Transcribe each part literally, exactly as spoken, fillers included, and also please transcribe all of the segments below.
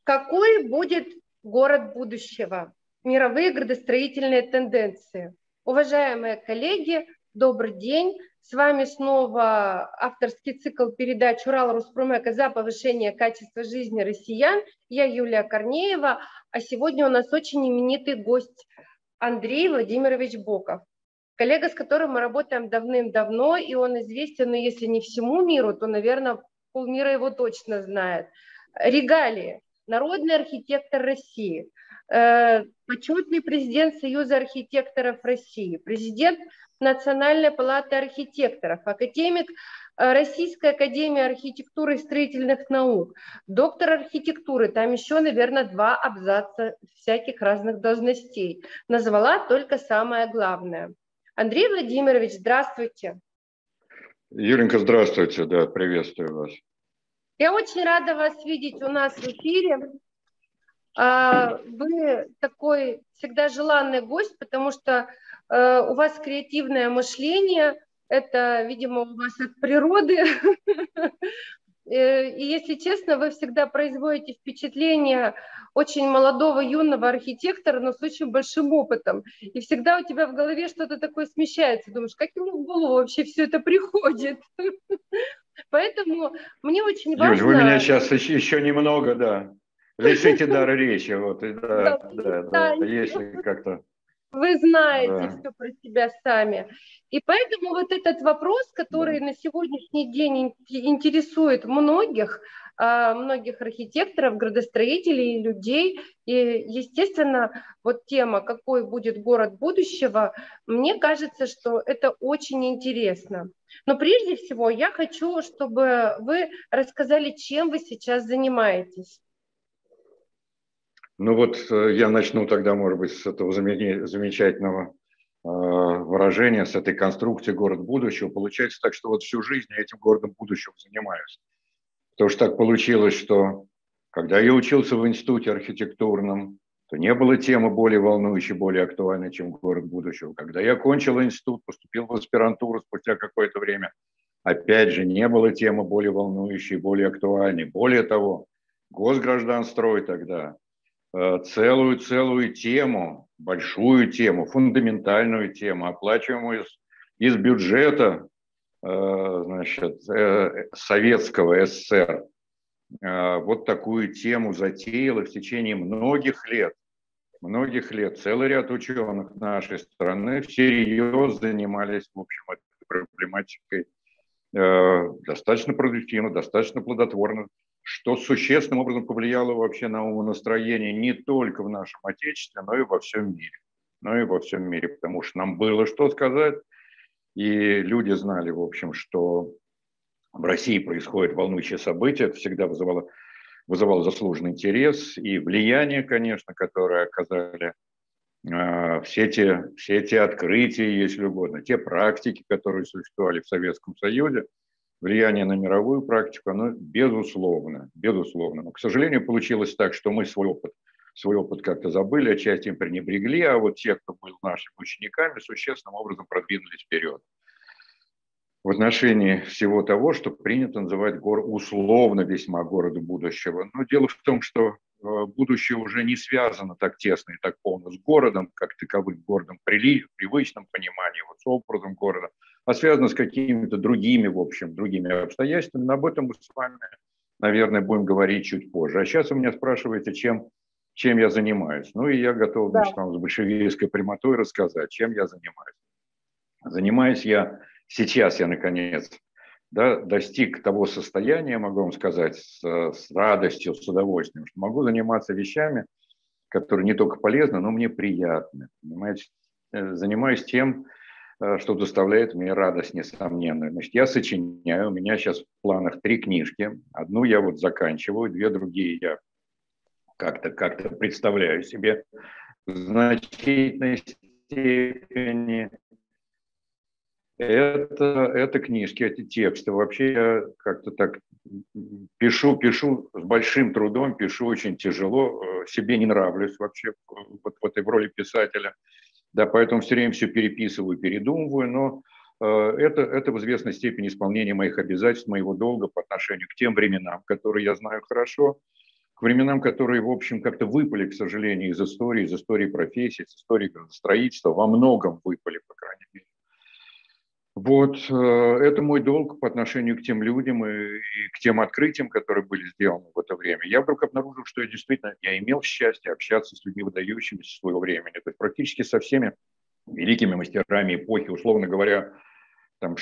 Какой будет город будущего? Мировые градостроительные тенденции. Уважаемые коллеги, добрый день. С вами снова авторский цикл передач Урал-Руспромека за повышение качества жизни россиян. Я Юлия Корнеева, а сегодня у нас очень именитый гость Андрей Владимирович Боков. Коллега, с которым мы работаем давным-давно, и он известен, ну, если не всему миру, то, наверное, полмира его точно знает. Регалии. Народный архитектор России, э, почетный президент Союза архитекторов России, президент Национальной палаты архитекторов, академик Российской академии архитектуры и строительных наук, доктор архитектуры, там еще, наверное, два абзаца всяких разных должностей. Назвала только самое главное. Андрей Владимирович, здравствуйте. Юленька, здравствуйте, да, приветствую вас. Я очень рада вас видеть у нас в эфире. Вы такой всегда желанный гость, потому что у вас креативное мышление, это, видимо, у вас от природы. И, если честно, вы всегда производите впечатление очень молодого, юного архитектора, но с очень большим опытом. И всегда у тебя в голове что-то такое смещается. Думаешь, как ему в голову вообще все это приходит? Поэтому мне очень важно... Юль, вы меня сейчас еще, еще немного, да, лишите дара речи. Вот, да, да, да, да, если как-то... Вы знаете да. все про себя сами. И поэтому вот этот вопрос, который да. на сегодняшний день интересует многих, многих архитекторов, градостроителей, людей, и, естественно, вот тема, какой будет город будущего, мне кажется, что это очень интересно. Но прежде всего я хочу, чтобы вы рассказали, чем вы сейчас занимаетесь. Ну вот я начну тогда, может быть, с этого замечательного э, выражения, с этой конструкции «Город будущего». Получается так, что вот всю жизнь я этим городом будущего занимаюсь. Потому что так получилось, что когда я учился в институте архитектурном, то не было темы более волнующей, более актуальной, чем город будущего. Когда я окончил институт, поступил в аспирантуру спустя какое-то время, опять же, не было темы более волнующей, более актуальной. Более того, Госгражданстрой тогда целую-целую тему, большую тему, фундаментальную тему, оплачиваемую из, из бюджета значит, Советского СССР. Вот такую тему затеяла в течение многих лет, многих лет. Целый ряд ученых нашей страны всерьез занимались, в общем, этой проблематикой достаточно продуктивно, достаточно плодотворно, что существенным образом повлияло вообще на умонастроение не только в нашем Отечестве, но и во всем мире. Но и во всем мире, потому что нам было что сказать, и люди знали, в общем, что в России происходит волнующее событие, это всегда вызывало, вызывало заслуженный интерес и влияние, конечно, которое оказали э, все, те, все те открытия, если угодно, те практики, которые существовали в Советском Союзе. Влияние на мировую практику, оно безусловно, безусловно. Но, к сожалению, получилось так, что мы свой опыт, свой опыт как-то забыли, отчасти им пренебрегли, а вот те, кто был нашими учениками, существенным образом продвинулись вперед. В отношении всего того, что принято называть гор... условно весьма городом будущего. Но дело в том, что будущее уже не связано так тесно и так полно с городом, как таковым городом при привычном понимании, вот с образом города, а связано с какими-то другими, в общем, другими обстоятельствами. Но об этом мы с вами, наверное, будем говорить чуть позже. А сейчас вы меня спрашиваете, чем, чем я занимаюсь. Ну и я готов, да. значит, вам с большевистской прямотой рассказать, чем я занимаюсь. Занимаюсь я, сейчас я, наконец, да, достиг того состояния, могу вам сказать, с, с радостью, с удовольствием, что могу заниматься вещами, которые не только полезны, но мне приятны. Понимаете? Занимаюсь тем, что доставляет мне радость несомненную. Значит, я сочиняю, у меня сейчас в планах три книжки. Одну я вот заканчиваю, две другие я как-то как-то представляю себе в значительной степени. Это, это книжки, эти тексты. Вообще я как-то так пишу, пишу с большим трудом, пишу очень тяжело, себе не нравлюсь вообще вот в этой роли писателя. Да, поэтому все время все переписываю, передумываю, но э, это, это в известной степени исполнение моих обязательств, моего долга по отношению к тем временам, которые я знаю хорошо, к временам, которые, в общем, как-то выпали, к сожалению, из истории, из истории профессии, из истории градостроительства, во многом выпали, по крайней мере. Вот, это мой долг по отношению к тем людям и, и к тем открытиям, которые были сделаны в это время. Я вдруг обнаружил, что я действительно, я имел счастье общаться с людьми, выдающимися своего времени. То есть практически со всеми великими мастерами эпохи, условно говоря, там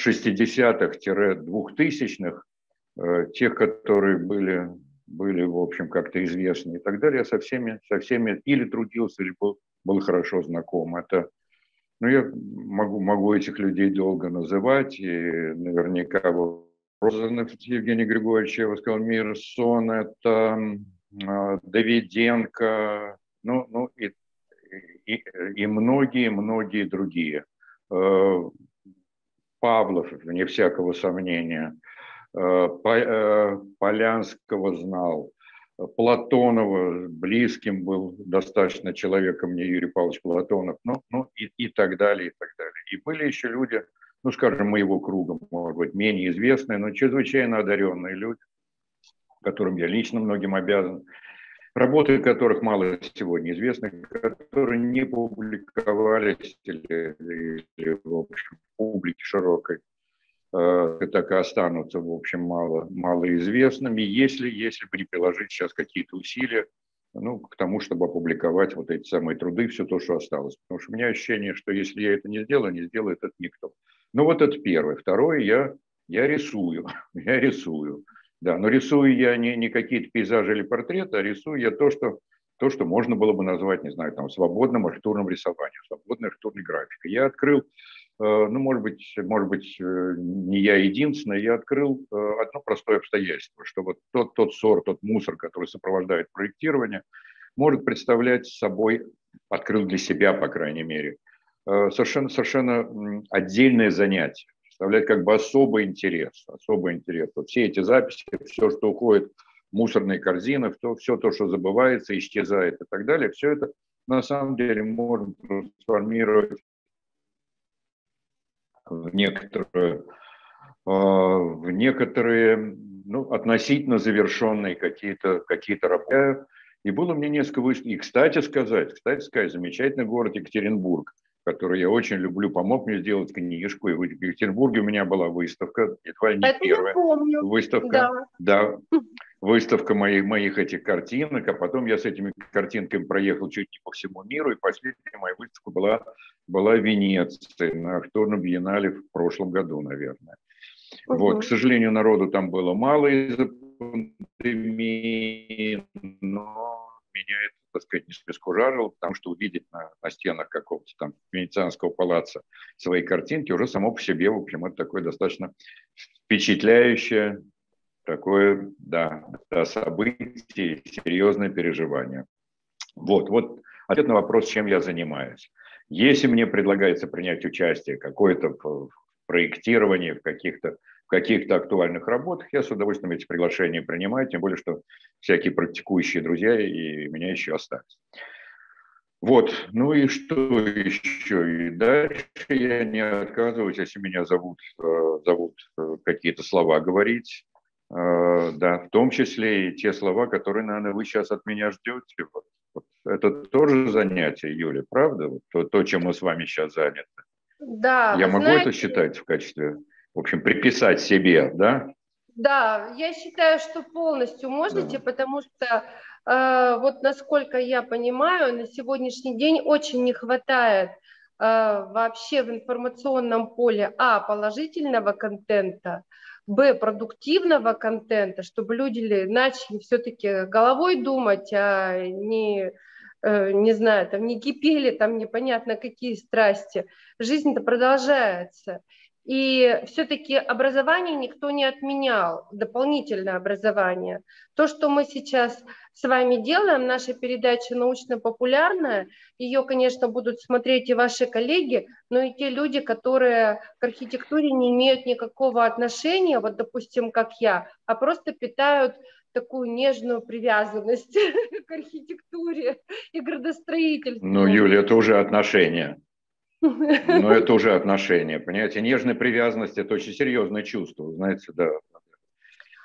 шестидесятых-двухтысячных, э, тех, которые были, были, в общем, как-то известны и так далее, я со всеми, со всеми или трудился, или был, был хорошо знаком. Это Ну, я могу, могу этих людей долго называть, и наверняка вот Розанов Евгений Григорьевич, я бы сказал, Мирсон, это э, Давиденко, ну, ну и, и, и многие-многие другие. Э, Павлов, вне всякого сомнения, э, э, Полянского знал, Платонова, близким был достаточно человеком мне Юрий Павлович Платонов, ну, ну и, и так далее, и так далее. И были еще люди, ну, скажем, моего круга, может быть, менее известные, но чрезвычайно одаренные люди, которым я лично многим обязан, работы которых мало сегодня известны, которые не публиковались или, или в общем, в публике широкой, так и останутся, в общем, мало, малоизвестными, если, если бы не приложить сейчас какие-то усилия, ну, к тому, чтобы опубликовать вот эти самые труды, все то, что осталось. Потому что у меня ощущение, что если я это не сделаю, не сделает это никто. Ну, вот это первое. Второе, я, я рисую, я рисую. Да, но рисую я не, не какие-то пейзажи или портреты, а рисую я то, что, то, что можно было бы назвать, не знаю, там, свободным архитектурным рисованием, свободной архитектурной графикой. Я открыл, ну, может быть, может быть, не я единственный, я открыл одно простое обстоятельство, что вот тот, тот ссор, тот мусор, который сопровождает проектирование, может представлять собой, открыл для себя, по крайней мере, совершенно, совершенно отдельное занятие, представляет как бы особый интерес, особый интерес. Вот все эти записи, все, что уходит в мусорные корзины, то, все то, что забывается, исчезает и так далее, все это на самом деле можно трансформировать в некоторые, в некоторые ну, относительно завершенные какие-то какие работы. И было мне несколько выставок. И, кстати сказать, кстати сказать, замечательный город Екатеринбург, который я очень люблю, помог мне сделать книжку. И в Екатеринбурге у меня была выставка, едва ли не Это первая я помню. выставка. Да. Да. Выставка моих, моих этих картинок, а потом я с этими картинками проехал чуть не по всему миру, и последняя моя выставка была, была в Венеции, на архитектурном биеннале в прошлом году, наверное. Угу. Вот, к сожалению, народу там было мало из-за пандемии, но меня это, так сказать, не спескужарило, потому что увидеть на, на стенах какого-то там Венецианского палаца свои картинки уже само по себе, в общем, это такое достаточно впечатляющее, такое, да, да, событие, серьезное переживание. Вот, вот ответ на вопрос, чем я занимаюсь. Если мне предлагается принять участие какое-то в проектировании, в каких-то в каких-то актуальных работах, я с удовольствием эти приглашения принимаю, тем более, что всякие практикующие друзья и меня еще остались. Вот, ну и что еще? И дальше я не отказываюсь, если меня зовут, зовут какие-то слова говорить, да, в том числе и те слова, которые, наверное, вы сейчас от меня ждете. Вот, вот. Это тоже занятие, Юля, правда? Вот то, то, чем мы с вами сейчас заняты. Да, я могу знаете, это считать в качестве, в общем, приписать себе, да? Да, я считаю, что полностью можете, да. Потому что э, вот насколько я понимаю, на сегодняшний день очень не хватает э, вообще в информационном поле а. положительного контента, б. продуктивного контента, чтобы люди начали все-таки головой думать, а не, э, не знаю, там не кипели, там непонятно какие страсти. Жизнь-то продолжается. И все-таки образование никто не отменял, дополнительное образование. То, что мы сейчас с вами делаем, наша передача научно-популярная, ее, конечно, будут смотреть и ваши коллеги, но и те люди, которые к архитектуре не имеют никакого отношения, вот, допустим, как я, а просто питают такую нежную привязанность к архитектуре и градостроительству. Ну, Юля, это уже отношения. Но это уже отношения, понимаете? Нежная привязанность – это очень серьезное чувство, знаете, да.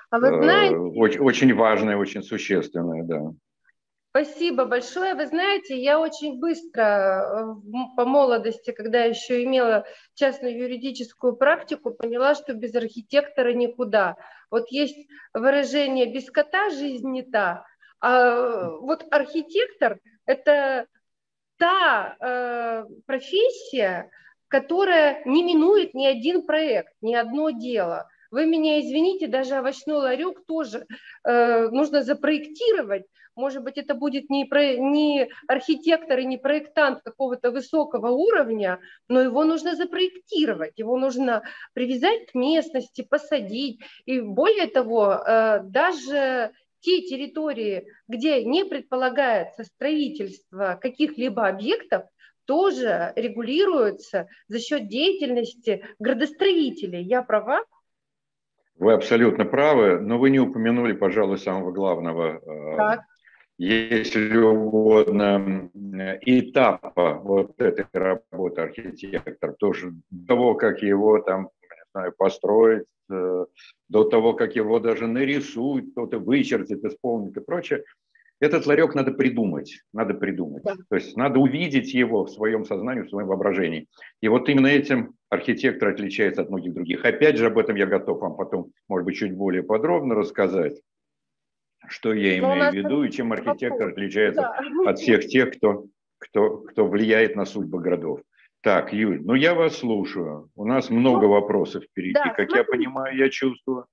А вы знаете, очень, очень важное, очень существенное, да. спасибо большое. Вы знаете, я очень быстро по молодости, когда еще имела частную юридическую практику, поняла, что без архитектора никуда. Вот есть выражение «без кота жизнь не та», а вот архитектор – это та э, профессия, которая не минует ни один проект, ни одно дело. Вы меня извините, даже овощной ларек тоже э, нужно запроектировать. Может быть, это будет не, про, не архитектор и не проектант какого-то высокого уровня, но его нужно запроектировать, его нужно привязать к местности, посадить. И более того, э, даже те территории, где не предполагается строительство каких-либо объектов, тоже регулируются за счет деятельности градостроителей. Я права? Вы абсолютно правы, но вы не упомянули, пожалуй, самого главного, Так. если угодно, этапа вот этой работы архитектора. Тоже до того, как его там, не знаю, построить, до того, как его даже нарисуют, кто-то вычертит, исполнит и прочее. Этот ларек надо придумать, надо придумать. Да. То есть надо увидеть его в своем сознании, в своем воображении. И вот именно этим архитектор отличается от многих других. Опять же, об этом я готов вам потом, может быть, чуть более подробно рассказать, что я имею в виду и чем архитектор отличается да. от всех тех, кто, кто, кто влияет на судьбы городов. Так, Юль, ну я вас слушаю. У нас много ну, вопросов впереди. Да, как смотрите. Я понимаю, я чувствую.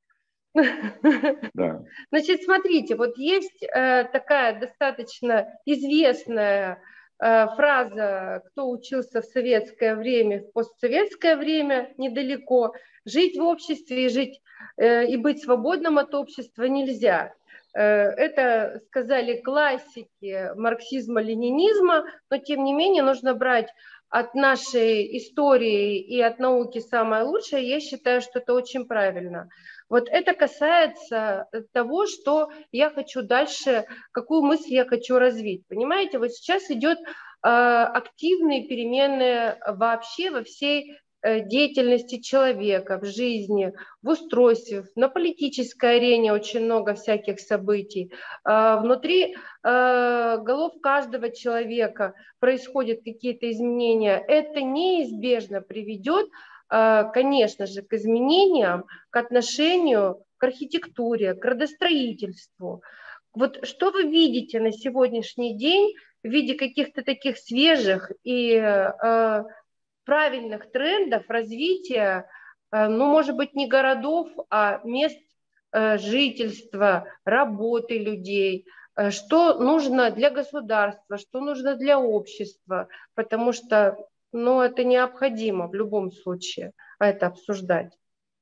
Да. Значит, смотрите, вот есть э, такая достаточно известная э, фраза, кто учился в советское время, в постсоветское время недалеко, жить в обществе и жить э, и быть свободным от общества нельзя. Э, это сказали классики марксизма-ленинизма, но тем не менее нужно брать от нашей истории и от науки самое лучшее. Я считаю, что это очень правильно. Вот это касается того, что я хочу дальше, какую мысль я хочу развить. Понимаете, вот сейчас идет э, активные перемены вообще во всей э, деятельности человека, в жизни, в устройстве, на политической арене очень много всяких событий. Э, внутри э, голов каждого человека происходят какие-то изменения. Это неизбежно приведет, конечно же, к изменениям, к отношению к архитектуре, к градостроительству. Вот что вы видите на сегодняшний день в виде каких-то таких свежих и э, правильных трендов развития, э, ну, может быть, не городов, а мест э, жительства, работы людей, э, что нужно для государства, что нужно для общества, потому что но это необходимо в любом случае, а это обсуждать.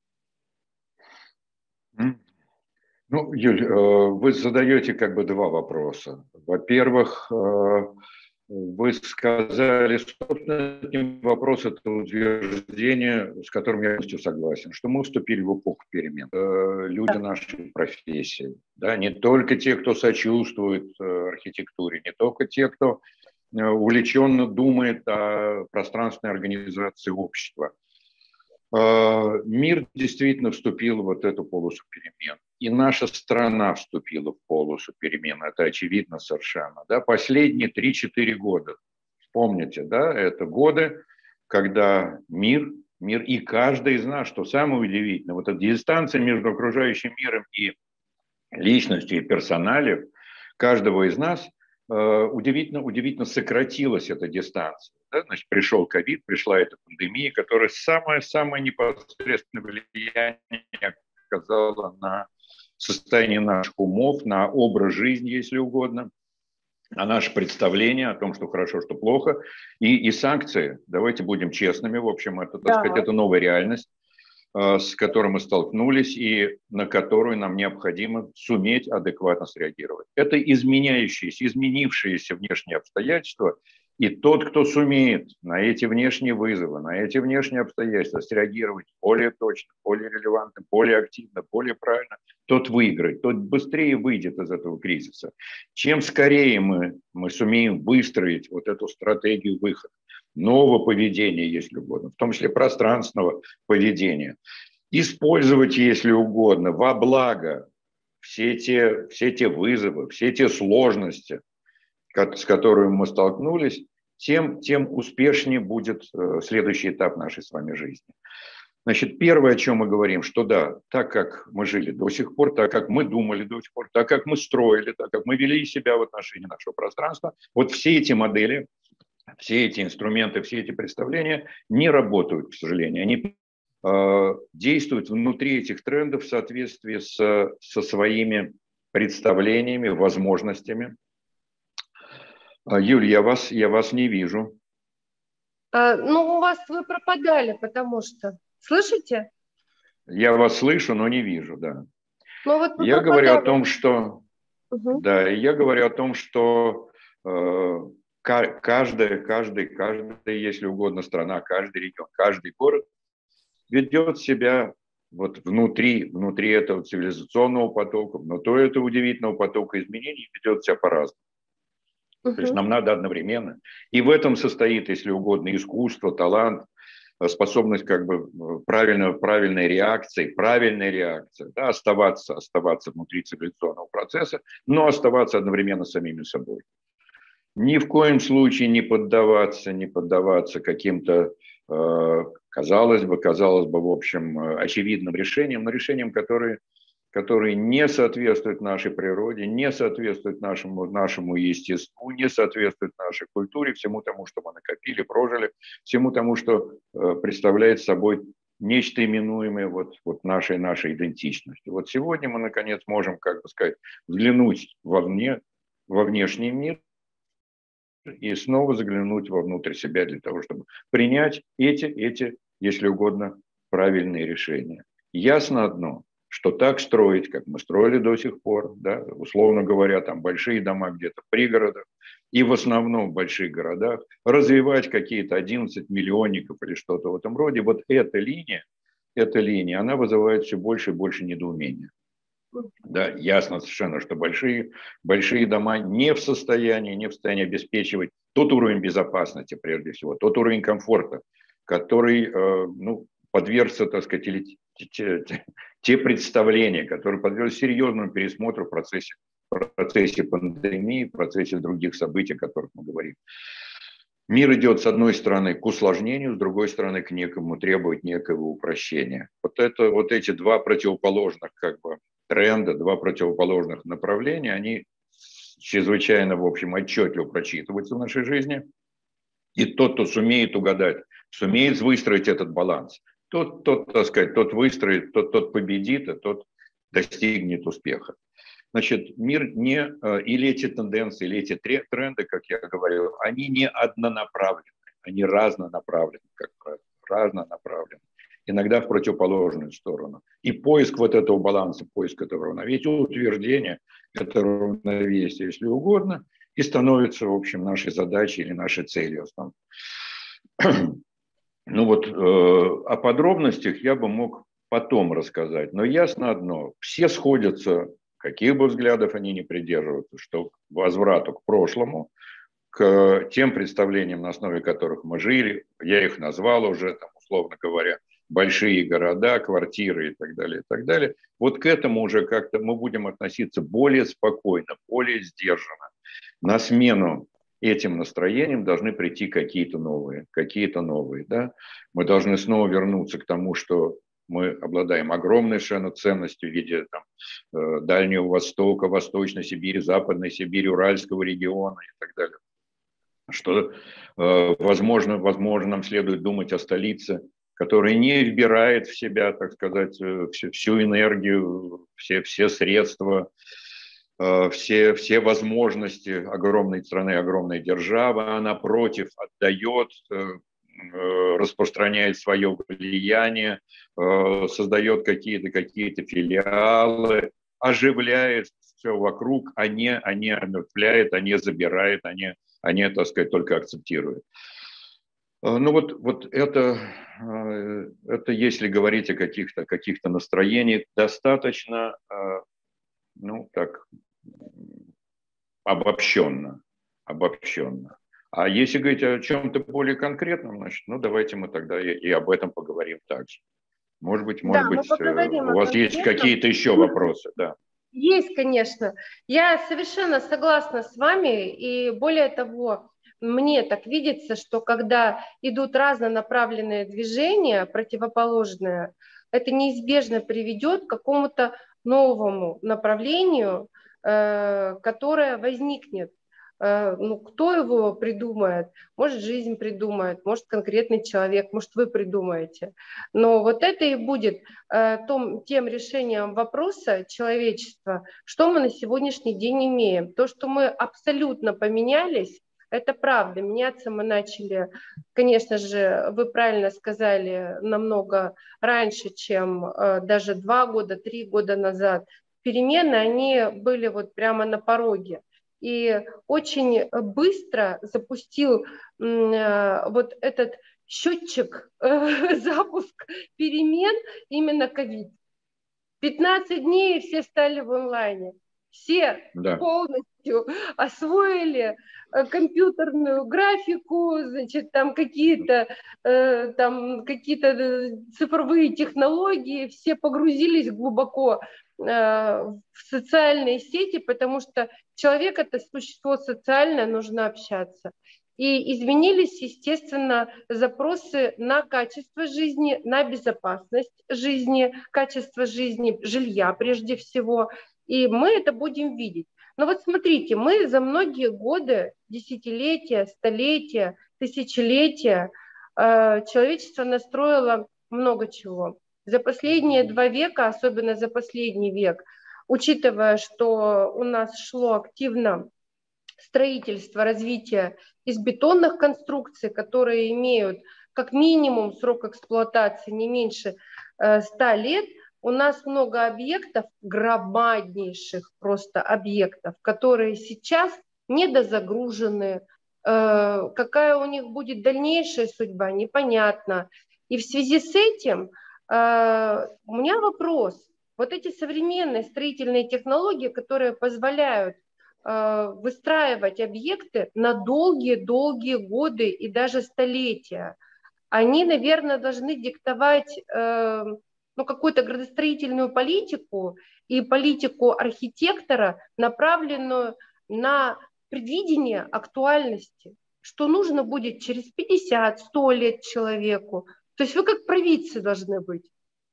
Ну, Юль, вы задаете как бы два вопроса. Во-первых, вы сказали, собственно, вопрос – это утверждение, с которым я полностью согласен, что мы вступили в эпоху перемен. Люди нашей профессии, да, не только те, кто сочувствует архитектуре, не только те, кто увлеченно думает о пространственной организации общества. Мир действительно вступил в вот эту полосу перемен. И наша страна вступила в полосу перемен. Это очевидно совершенно. Да? Последние три-четыре года, помните, да, это годы, когда мир, мир и каждый из нас, что самое удивительное, вот эта дистанция между окружающим миром и личностью, и персоналием каждого из нас удивительно, удивительно сократилась эта дистанция. Да? Значит, пришел ковид, пришла эта пандемия, которая самое-самое непосредственное влияние оказала на состояние наших умов, на образ жизни, если угодно, на наше представление о том, что хорошо, что плохо, и, и санкции. Давайте будем честными, в общем, это, так сказать, это новая реальность, с которой мы столкнулись и на которую нам необходимо суметь адекватно среагировать. Это изменяющиеся, изменившиеся внешние обстоятельства, и тот, кто сумеет на эти внешние вызовы, на эти внешние обстоятельства среагировать более точно, более релевантно, более активно, более правильно, тот выиграет, тот быстрее выйдет из этого кризиса. Чем скорее мы, мы сумеем выстроить вот эту стратегию выхода, нового поведения, если угодно, в том числе пространственного поведения, использовать, если угодно, во благо все те, все те вызовы, все те сложности, с которыми мы столкнулись, тем, тем успешнее будет следующий этап нашей с вами жизни. Значит, первое, о чем мы говорим, что да, так как мы жили до сих пор, так как мы думали до сих пор, так как мы строили, так как мы вели себя в отношении нашего пространства, вот все эти модели, все эти инструменты, все эти представления не работают, к сожалению. Они э, действуют внутри этих трендов в соответствии с, со своими представлениями, возможностями. Юль, я вас, я вас не вижу. А, ну, у вас вы пропадали, потому что... Слышите? Я вас слышу, но не вижу, да. Ну, вот я пропадали. говорю о том, что... Угу. Да, я говорю о том, что э, каждая, каждый, каждая, если угодно, страна, каждый регион, каждый город ведет себя вот внутри, внутри этого цивилизационного потока, внутри этого удивительного потока изменений ведет себя по-разному. Uh-huh. То есть нам надо одновременно. И в этом состоит, если угодно, искусство, талант, способность как бы правильно, правильной реакции, правильная реакция, да, оставаться, оставаться внутри цивилизационного процесса, но оставаться одновременно самими собой. Ни в коем случае не поддаваться, не поддаваться каким-то, э, казалось бы, казалось бы, в общем, очевидным решениям, но решениям, которые, которые не соответствуют нашей природе, не соответствуют нашему, нашему естеству, не соответствуют нашей культуре, всему тому, что мы накопили, прожили, всему тому, что э, представляет собой нечто именуемое вот, вот нашей, нашей идентичностью. Вот сегодня мы, наконец, можем, как бы сказать, взглянуть вовне, во внешний мир, и снова заглянуть вовнутрь себя для того, чтобы принять эти, эти, если угодно, правильные решения. Ясно одно, что так строить, как мы строили до сих пор, да, условно говоря, там большие дома где-то в пригородах и в основном в больших городах, развивать какие-то одиннадцать миллионников или что-то в этом роде, вот эта линия, эта линия, она вызывает все больше и больше недоумения. Да, ясно совершенно, что большие, большие дома не в состоянии, не в состоянии обеспечивать тот уровень безопасности, прежде всего, тот уровень комфорта, который э, ну, подвергся, так сказать, или те, те, те представления, которые подвергся серьезному пересмотру в процессе, в процессе пандемии, в процессе других событий, о которых мы говорим. Мир идет, с одной стороны, к усложнению, с другой стороны, к некому, требует некого упрощения. Вот, это, вот эти два противоположных как бы, тренда, два противоположных направления, они чрезвычайно, в общем, отчетливо прочитываются в нашей жизни. И тот, кто сумеет угадать, сумеет выстроить этот баланс, тот, тот так сказать, тот выстроит, тот, тот победит, а тот достигнет успеха. Значит, мир не, или эти тенденции, или эти тренды, как я говорил, они не однонаправлены, они разнонаправлены, как правило, разнонаправлены. Иногда в противоположную сторону. И поиск вот этого баланса, поиск этого равновесия, утверждение этого равновесия, если угодно, и становится, в общем, нашей задачей или нашей целью основной. Ну вот э, о подробностях я бы мог потом рассказать, но ясно одно, все сходятся, каких бы взглядов они ни придерживаются, что к возврату к прошлому, к тем представлениям, на основе которых мы жили, я их назвал уже, там, условно говоря, большие города, квартиры и так далее, и так далее. Вот к этому уже как-то мы будем относиться более спокойно, более сдержанно. На смену этим настроениям должны прийти какие-то новые, какие-то новые, да. Мы должны снова вернуться к тому, что мы обладаем огромной совершенно ценностью в виде там, Дальнего Востока, Восточной Сибири, Западной Сибири, Уральского региона и так далее. Что, возможно, возможно, нам следует думать о столице, которая не вбирает в себя, так сказать, всю, всю энергию, все, все средства, все, все возможности огромной страны, огромной державы. Она, напротив, отдает, распространяет свое влияние, создает какие-то какие-то филиалы, оживляет все вокруг, а не, а не омертвляет, а не забирает, а не, а не, так сказать, только акцептирует. Ну вот, вот это, это, если говорить о каких-то каких-то настроениях, достаточно, ну так, обобщенно, обобщенно. А если говорить о чем-то более конкретном, значит, ну давайте мы тогда и, и об этом поговорим также. Может быть, Да, может мы быть, поговорим у о вас есть конкретном. какие-то еще вопросы, да. Есть, конечно. Я совершенно согласна с вами, и более того, мне так видится, что когда идут разнонаправленные движения, противоположные, это неизбежно приведет к какому-то новому направлению, э, которое возникнет. Э, ну, кто его придумает? Может, жизнь придумает, может, конкретный человек, может, вы придумаете. Но вот это и будет э, том, тем решением вопроса человечества, что мы на сегодняшний день имеем. То, что мы абсолютно поменялись, это правда. Меняться мы начали, конечно же, вы правильно сказали, намного раньше, чем э, даже два года, три года назад. Перемены, они были вот прямо на пороге. И очень быстро запустил э, вот этот счетчик, э, запуск перемен именно ковид. пятнадцать дней, и все стали в онлайне. Все Да. полностью освоили э, компьютерную графику, значит, там какие-то э, там какие-то цифровые технологии, все погрузились глубоко э, в социальные сети, потому что человек – это существо социальное, нужно общаться. И изменились, естественно, запросы на качество жизни, на безопасность жизни, качество жизни, жилья прежде всего. И мы это будем видеть. Но вот смотрите, мы за многие годы, десятилетия, столетия, тысячелетия э, человечество настроило много чего. За последние два века, особенно за последний век, учитывая, что у нас шло активно строительство, развитие из бетонных конструкций, которые имеют как минимум срок эксплуатации не меньше ста лет, у нас много объектов, громаднейших просто объектов, которые сейчас недозагружены. Какая у них будет дальнейшая судьба, непонятно. И в связи с этим у меня вопрос. Вот эти современные строительные технологии, которые позволяют выстраивать объекты на долгие-долгие годы и даже столетия. Они, наверное, должны диктовать э, ну, какую-то градостроительную политику и политику архитектора, направленную на предвидение актуальности, что нужно будет через пятьдесят-сто лет человеку. То есть вы как провидцы должны быть.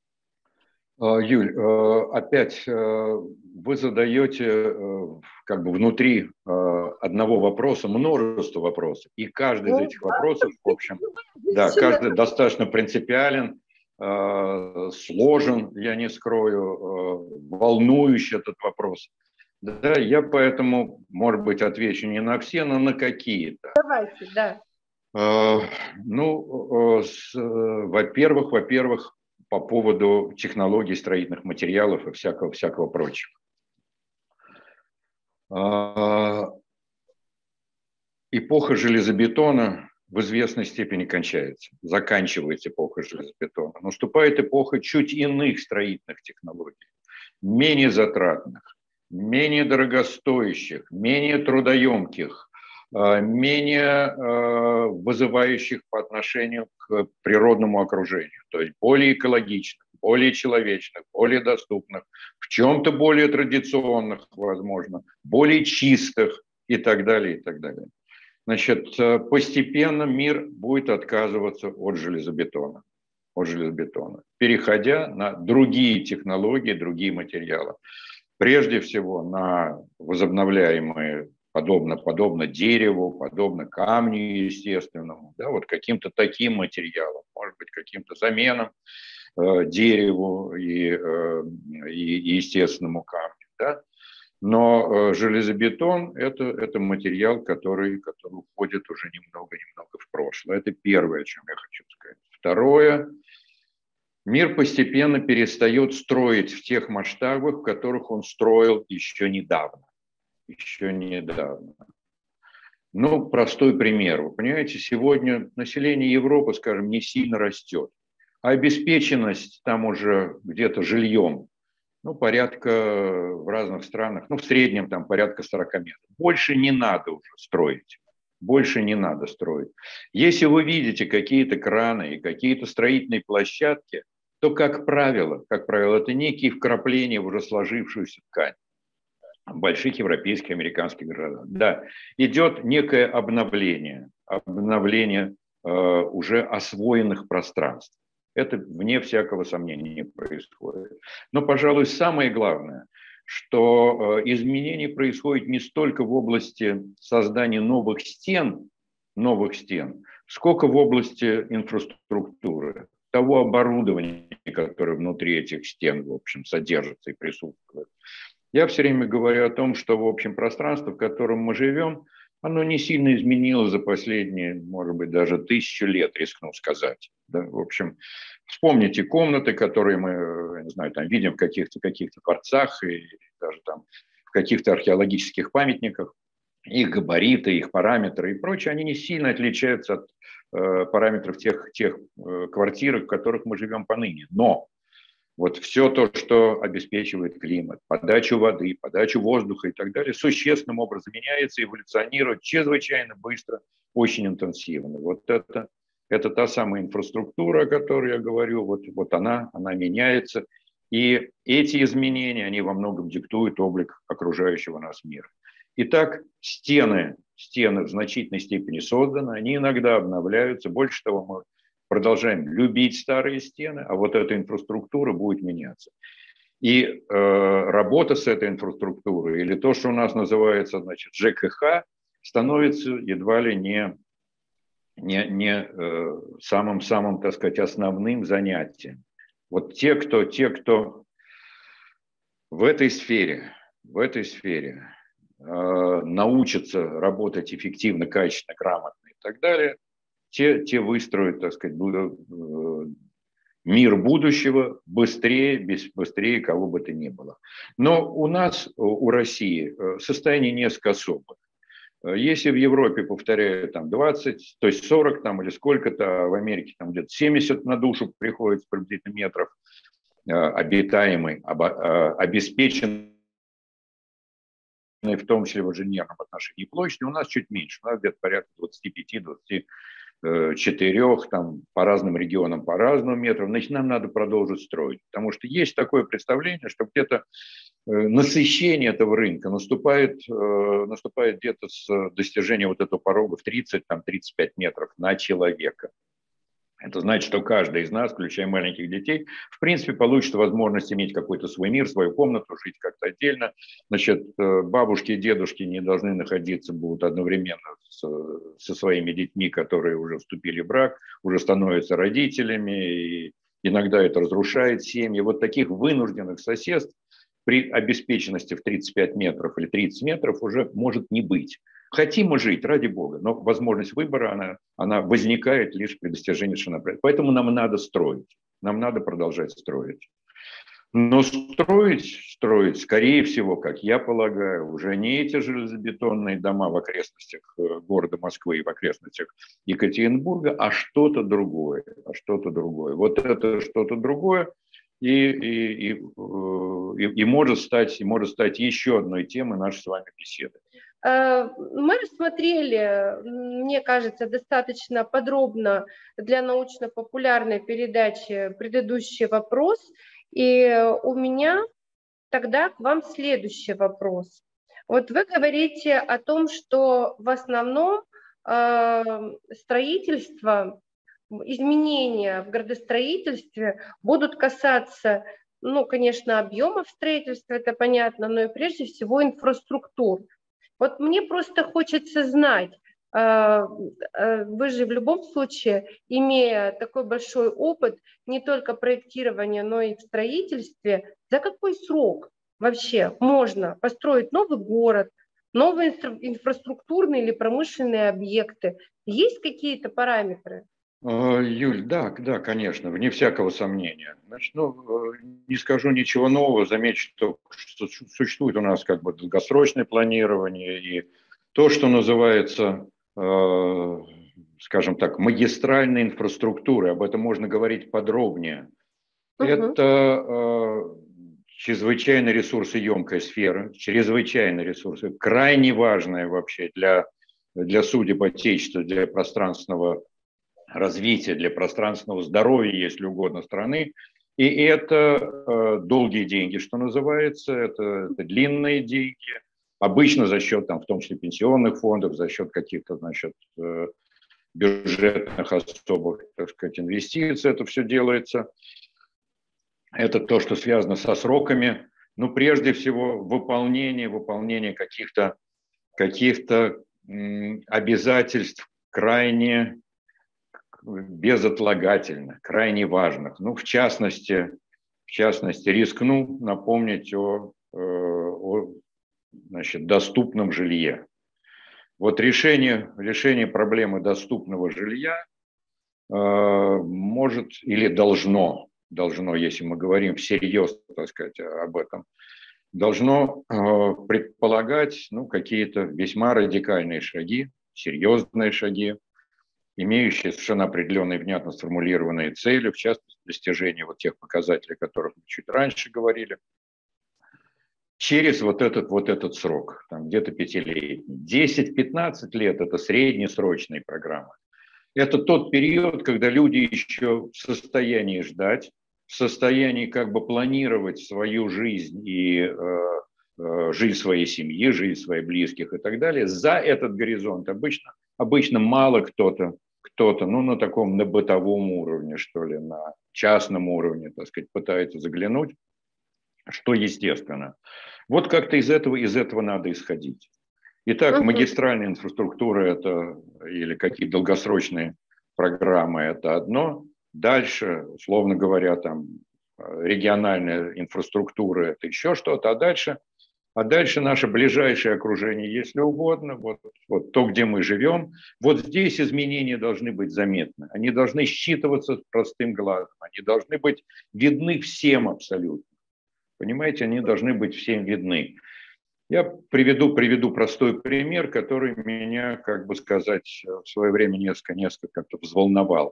Юль, опять вы задаете как бы внутри одного вопроса множество вопросов, и каждый из этих вопросов, в общем, да, каждый достаточно принципиален, сложен, я не скрою, волнующий этот вопрос. Да, я поэтому, может быть, отвечу не на все, но на какие-то. Давайте, да. Ну, во-первых, во-первых, по поводу технологий строительных материалов и всякого, всякого прочего. Эпоха железобетона в известной степени кончается, заканчивается эпоха железобетона. Наступает эпоха чуть иных строительных технологий, менее затратных, менее дорогостоящих, менее трудоемких, менее вызывающих по отношению к природному окружению, то есть более экологичных, более человечных, более доступных, в чем-то более традиционных, возможно, более чистых и так далее, и так далее. Значит, постепенно мир будет отказываться от железобетона, от железобетона, переходя на другие технологии, другие материалы. Прежде всего на возобновляемые, подобно, подобно дереву, подобно камню естественному, да, вот каким-то таким материалом, может быть, каким-то заменам э, дереву и, э, и естественному камню. Да? Но э, железобетон это, – это материал, который, который уходит уже немного-немного в прошлое. Это первое, о чем я хочу сказать. Второе. Мир постепенно перестает строить в тех масштабах, в которых он строил еще недавно. Еще недавно. Ну, простой пример. Вы понимаете, сегодня население Европы, скажем, не сильно растет. А обеспеченность там уже где-то жильем, ну, порядка в разных странах, ну, в среднем там порядка сорок метров. Больше не надо уже строить. Больше не надо строить. Если вы видите какие-то краны и какие-то строительные площадки, то, как правило, как правило, это некие вкрапления в уже сложившуюся ткань в больших европейских, американских городах. Да, идет некое обновление, обновление э, уже освоенных пространств. Это вне всякого сомнения происходит. Но, пожалуй, самое главное, что э, изменения происходят не столько в области создания новых стен, новых стен, сколько в области инфраструктуры, того оборудования, которое внутри этих стен, в общем, содержится и присутствует. Я все время говорю о том, что, в общем, пространство, в котором мы живем, оно не сильно изменилось за последние, может быть, даже тысячу лет, рискну сказать. Да? В общем, вспомните комнаты, которые мы, я не знаю, там видим в каких-то каких-то дворцах и даже там в каких-то археологических памятниках. Их габариты, их параметры и прочее, они не сильно отличаются от э, параметров тех, тех э, квартир, в которых мы живем поныне. Но вот все то, что обеспечивает климат, подачу воды, подачу воздуха и так далее, существенным образом меняется, эволюционирует чрезвычайно быстро, очень интенсивно. Вот это, это та самая инфраструктура, о которой я говорю, вот, вот она, она меняется. И эти изменения, они во многом диктуют облик окружающего нас мира. Итак, стены, стены в значительной степени созданы, они иногда обновляются. Больше того, мы продолжаем любить старые стены, а вот эта инфраструктура будет меняться. И э, работа с этой инфраструктурой, или то, что у нас называется, значит, ЖКХ, становится едва ли не, не, не э, самым, самым, так сказать, основным занятием. Вот те, кто, те, кто в этой сфере, в этой сфере э, научатся работать эффективно, качественно, грамотно и так далее, Те, те выстроят, так сказать, мир будущего быстрее, без, быстрее кого бы то ни было. Но у нас, у России, состояние несколько особое. Если в Европе, повторяю, там двадцать, то есть сорок там, или сколько-то, а в Америке там где-то семьдесят на душу приходится приблизительно метров обитаемый, обеспеченный, в том числе в инженерном отношении площади, у нас чуть меньше, у нас где-то порядка двадцать пять - двадцать четырех, там по разным регионам по разному метру, значит, нам надо продолжить строить. Потому что есть такое представление, что где-то насыщение этого рынка наступает, наступает где-то с достижения вот этого порога в тридцать - тридцать пять метров на человека. Это значит, что каждый из нас, включая маленьких детей, в принципе, получит возможность иметь какой-то свой мир, свою комнату, жить как-то отдельно. Значит, бабушки и дедушки не должны находиться будут одновременно с, со своими детьми, которые уже вступили в брак, уже становятся родителями, и иногда это разрушает семьи. Вот таких вынужденных соседств при обеспеченности в тридцать пять метров или тридцать метров уже может не быть. Хотим мы жить, ради бога, но возможность выбора, она, она возникает лишь при достижении совершеннолетия. Поэтому нам надо строить, нам надо продолжать строить. Но строить, строить, скорее всего, как я полагаю, уже не эти железобетонные дома в окрестностях города Москвы и в окрестностях Екатеринбурга, а что-то другое, а что-то другое. Вот это что-то другое и, и, и, и, и, может стать, и может стать еще одной темой нашей с вами беседы. Мы рассмотрели, мне кажется, достаточно подробно для научно-популярной передачи предыдущий вопрос. И у меня тогда к вам следующий вопрос. Вот вы говорите о том, что в основном строительство, изменения в градостроительстве будут касаться, ну, конечно, объемов строительства, это понятно, но и прежде всего инфраструктур. Вот мне просто хочется знать, вы же в любом случае, имея такой большой опыт, не только проектирования, но и в строительстве, за какой срок вообще можно построить новый город, новые инфраструктурные или промышленные объекты? Есть какие-то параметры? Юль, да, да, конечно, вне всякого сомнения. Значит, ну, не скажу ничего нового, замечу, что, что существует у нас как бы долгосрочное планирование и то, что называется, э, скажем так, магистральной инфраструктурой. Об этом можно говорить подробнее. Uh-huh. Это э, чрезвычайно ресурсоемкая сфера, чрезвычайно ресурсоемкая, крайне важная вообще для, для судеб Отечества, для пространственного развития, для пространственного здоровья, если угодно, страны. И это э, долгие деньги, что называется, это, это длинные деньги, обычно за счет, там, в том числе, пенсионных фондов, за счет каких-то, значит, э, бюджетных особых, так сказать, инвестиций это все делается. Это то, что связано со сроками. Ну, прежде всего, выполнение, выполнение каких-то каких-то м, обязательств крайне безотлагательных, крайне важных. Ну, в частности, в частности, рискну напомнить о, о значит, доступном жилье. Вот решение, решение проблемы доступного жилья э, может или должно, должно, если мы говорим всерьез, так сказать, об этом, должно э, предполагать ну, какие-то весьма радикальные шаги, серьезные шаги, имеющие совершенно определенные, внятно сформулированные цели, в частности, достижение вот тех показателей, о которых мы чуть раньше говорили, через вот этот, вот этот срок, там где-то пятилетний. десять-пятнадцать лет – это среднесрочные программы. Это тот период, когда люди еще в состоянии ждать, в состоянии как бы планировать свою жизнь и э, э, жизнь своей семьи, жизнь своих близких и так далее. За этот горизонт обычно, обычно мало кто-то, кто-то, ну, на таком, на бытовом уровне, что ли, на частном уровне, так сказать, пытается заглянуть, что естественно. Вот как-то из этого, из этого надо исходить. Итак, магистральная инфраструктура это, или какие-то долгосрочные программы это одно. Дальше, условно говоря, там региональная инфраструктура это еще что-то, а дальше, а дальше наше ближайшее окружение, если угодно, вот, вот то, где мы живем, вот здесь изменения должны быть заметны. Они должны считываться простым глазом, они должны быть видны всем абсолютно. Понимаете, они должны быть всем видны. Я приведу, приведу простой пример, который меня, как бы сказать, в свое время несколько, несколько как-то взволновал.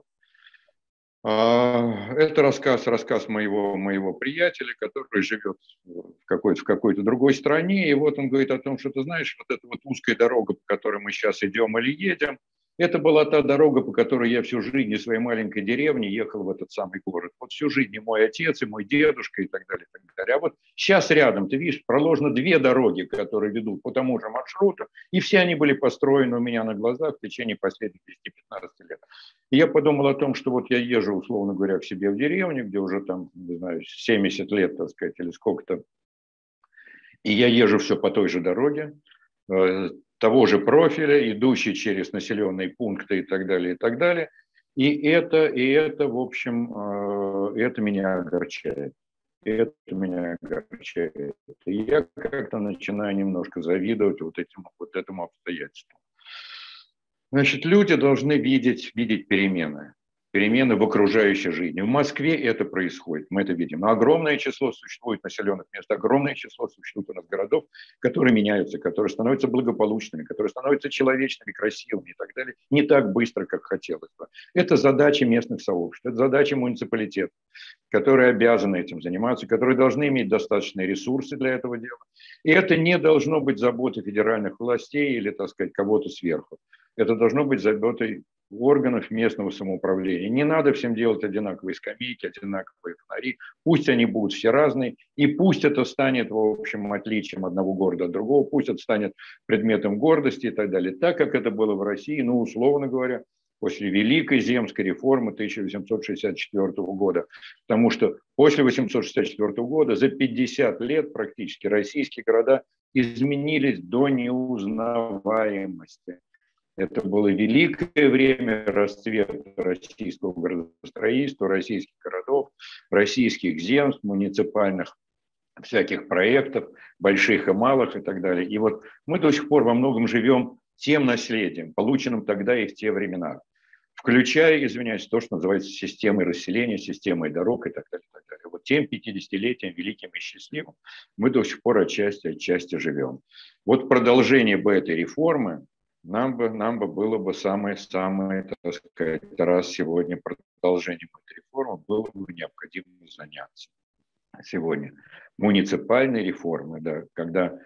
Это рассказ, рассказ моего, моего приятеля, который живет в какой-то, в какой-то другой стране. И вот он говорит о том, что ты знаешь, вот эта вот узкая дорога, по которой мы сейчас идем или едем, это была та дорога, по которой я всю жизнь из своей маленькой деревни ехал в этот самый город. Вот всю жизнь и мой отец, и мой дедушка, и так далее, и так далее. А вот сейчас рядом, ты видишь, проложено две дороги, которые ведут по тому же маршруту, и все они были построены у меня на глазах в течение последних десяти-пятнадцати лет. И я подумал о том, что вот я езжу, условно говоря, к себе в деревню, где уже там, не знаю, семьдесят лет, так сказать, или сколько-то, и я езжу все по той же дороге, того же профиля, идущий через населенные пункты и так далее, и так далее. И это, и это, в общем, это меня огорчает. Это меня огорчает. И я как-то начинаю немножко завидовать вот этому, вот этому обстоятельству. Значит, люди должны видеть, видеть перемены. Перемены в окружающей жизни. В Москве это происходит, мы это видим. Но огромное число существует населенных мест, огромное число существует у нас городов, которые меняются, которые становятся благополучными, которые становятся человечными, красивыми и так далее. Не так быстро, как хотелось бы. Это задача местных сообществ, это задача муниципалитетов, которые обязаны этим заниматься, которые должны иметь достаточные ресурсы для этого дела. И это не должно быть заботой федеральных властей или, так сказать, кого-то сверху. Это должно быть заботой органов местного самоуправления. Не надо всем делать одинаковые скамейки, одинаковые фонари. Пусть они будут все разные, и пусть это станет, в общем, отличием одного города от другого, пусть это станет предметом гордости и так далее. Так, как это было в России, ну, условно говоря, после Великой земской реформы тысяча восемьсот шестьдесят четвёртого года. Потому что после восемьсот шестьдесят четвёртого года за пятьдесят лет практически российские города изменились до неузнаваемости. Это было великое время расцвета российского градостроительства, российских городов, российских земств, муниципальных всяких проектов, больших и малых и так далее. И вот мы до сих пор во многом живем тем наследием, полученным тогда и в те времена, включая, извиняюсь, то, что называется системой расселения, системой дорог и так далее. И так далее. Вот тем пятидесятилетием великим и счастливым мы до сих пор отчасти, отчасти живем. Вот продолжение бы этой реформы, Нам бы, нам бы было бы самое-самое, так сказать, раз сегодня продолжением этой реформы было бы необходимо заняться. Сегодня муниципальной реформы, да, когда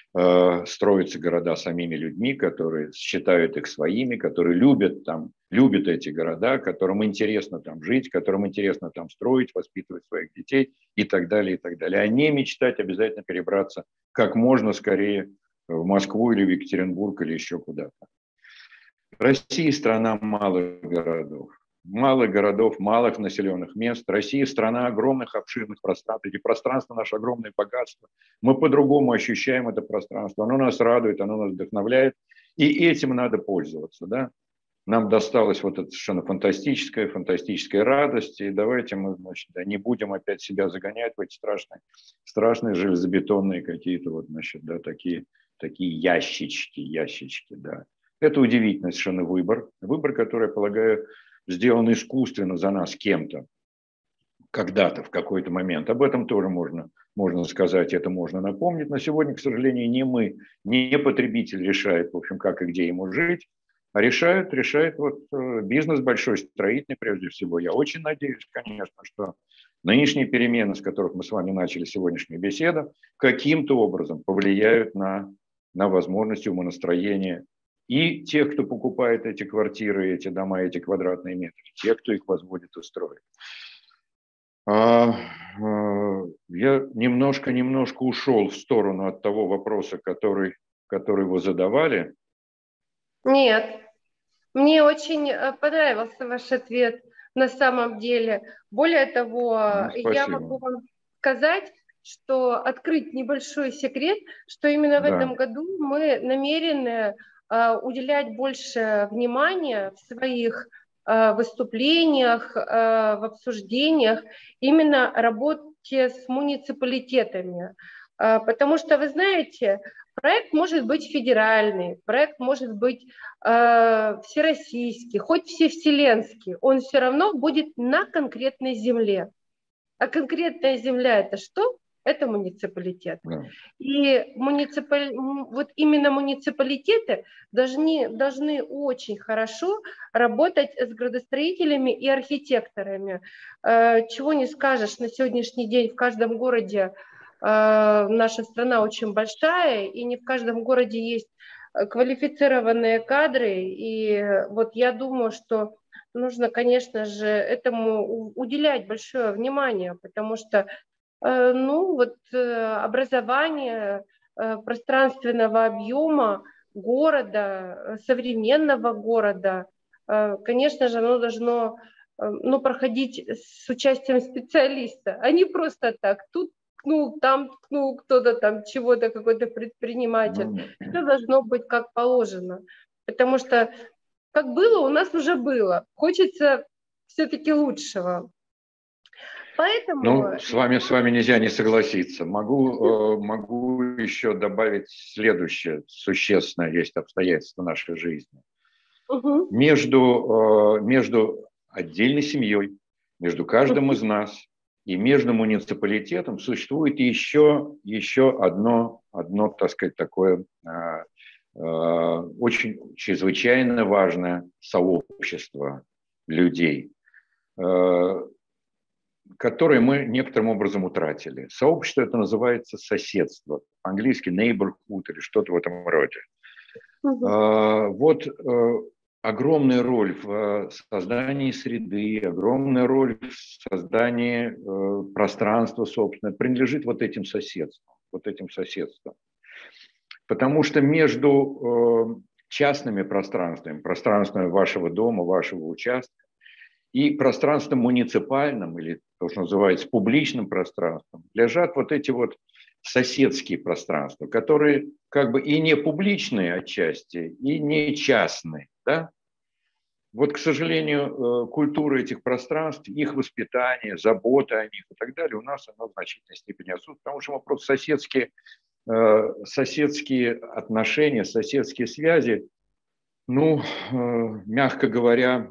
э, строятся города самими людьми, которые считают их своими, которые любят там, любят эти города, которым интересно там жить, которым интересно там строить, воспитывать своих детей и так далее, и так далее. А не мечтать обязательно перебраться как можно скорее в Москву или в Екатеринбург или еще куда-то. Россия – страна малых городов. Малых городов, малых населенных мест. Россия – страна огромных обширных пространств. Эти пространства – наше огромное богатство. Мы по-другому ощущаем это пространство. Оно нас радует, оно нас вдохновляет. И этим надо пользоваться. Да? Нам досталась вот эта совершенно фантастическая, фантастическая радость. И давайте мы, значит, да, не будем опять себя загонять в эти страшные, страшные железобетонные какие-то вот, значит, да, такие, такие ящички, ящички, да. Это удивительный совершенно выбор. Выбор, который, я полагаю, сделан искусственно за нас кем-то, когда-то, в какой-то момент. Об этом тоже можно, можно сказать, это можно напомнить. Но сегодня, к сожалению, не мы, не потребитель решает, в общем, как и где ему жить, а решает, решает вот бизнес большой, строительный прежде всего. Я очень надеюсь, конечно, что нынешние перемены, с которых мы с вами начали сегодняшнюю беседу, каким-то образом повлияют на, на возможность умонастроения и тех, кто покупает эти квартиры, эти дома, эти квадратные метры, те, кто их возводит и строит. А, а, я немножко-немножко ушел в сторону от того вопроса, который, который вы задавали. Нет, мне очень понравился ваш ответ на самом деле. Более того, Ну, я могу вам сказать, что открыть небольшой секрет, что именно в да. этом году мы намерены уделять больше внимания в своих выступлениях, в обсуждениях именно работе с муниципалитетами. Потому что, вы знаете, проект может быть федеральный, проект может быть всероссийский, хоть всевселенский, он все равно будет на конкретной земле. А конкретная земля – это что? Это муниципалитет. Да. И муниципаль... вот именно муниципалитеты должны, должны очень хорошо работать с градостроителями и архитекторами. Чего не скажешь, на сегодняшний день в каждом городе наша страна очень большая, и не в каждом городе есть квалифицированные кадры. И вот я думаю, что нужно, конечно же, этому уделять большое внимание, потому что ну, вот образование пространственного объема города, современного города, конечно же, оно должно ну, проходить с участием специалиста, а не просто так. Тут ткнул, там ткнул кто-то там чего-то, какой-то предприниматель. Все должно быть как положено, потому что как было, у нас уже было. Хочется все-таки лучшего. Поэтому... Ну, с вами, с вами нельзя не согласиться. Могу, могу еще добавить следующее. Существенное есть обстоятельство нашей жизни. Угу. Между, между отдельной семьей, между каждым из нас и между муниципалитетом существует еще, еще одно, одно, так сказать, такое очень чрезвычайно важное сообщество людей, которые мы некоторым образом утратили. Сообщество это называется соседство, по-английски neighborhood или что-то в этом роде. Uh-huh. Вот огромная роль в создании среды, огромная роль в создании пространства собственного принадлежит вот этим соседствам, вот этим соседствам. Потому что между частными пространствами, пространством вашего дома, вашего участка, и пространством муниципальным, или то, что называется публичным пространством, лежат вот эти вот соседские пространства, которые как бы и не публичные отчасти, и не частные. Да? Вот, к сожалению, культура этих пространств, их воспитание, забота о них и так далее у нас оно в значительной степени отсутствует, потому что вопрос соседские, соседские отношения, соседские связи, ну, мягко говоря,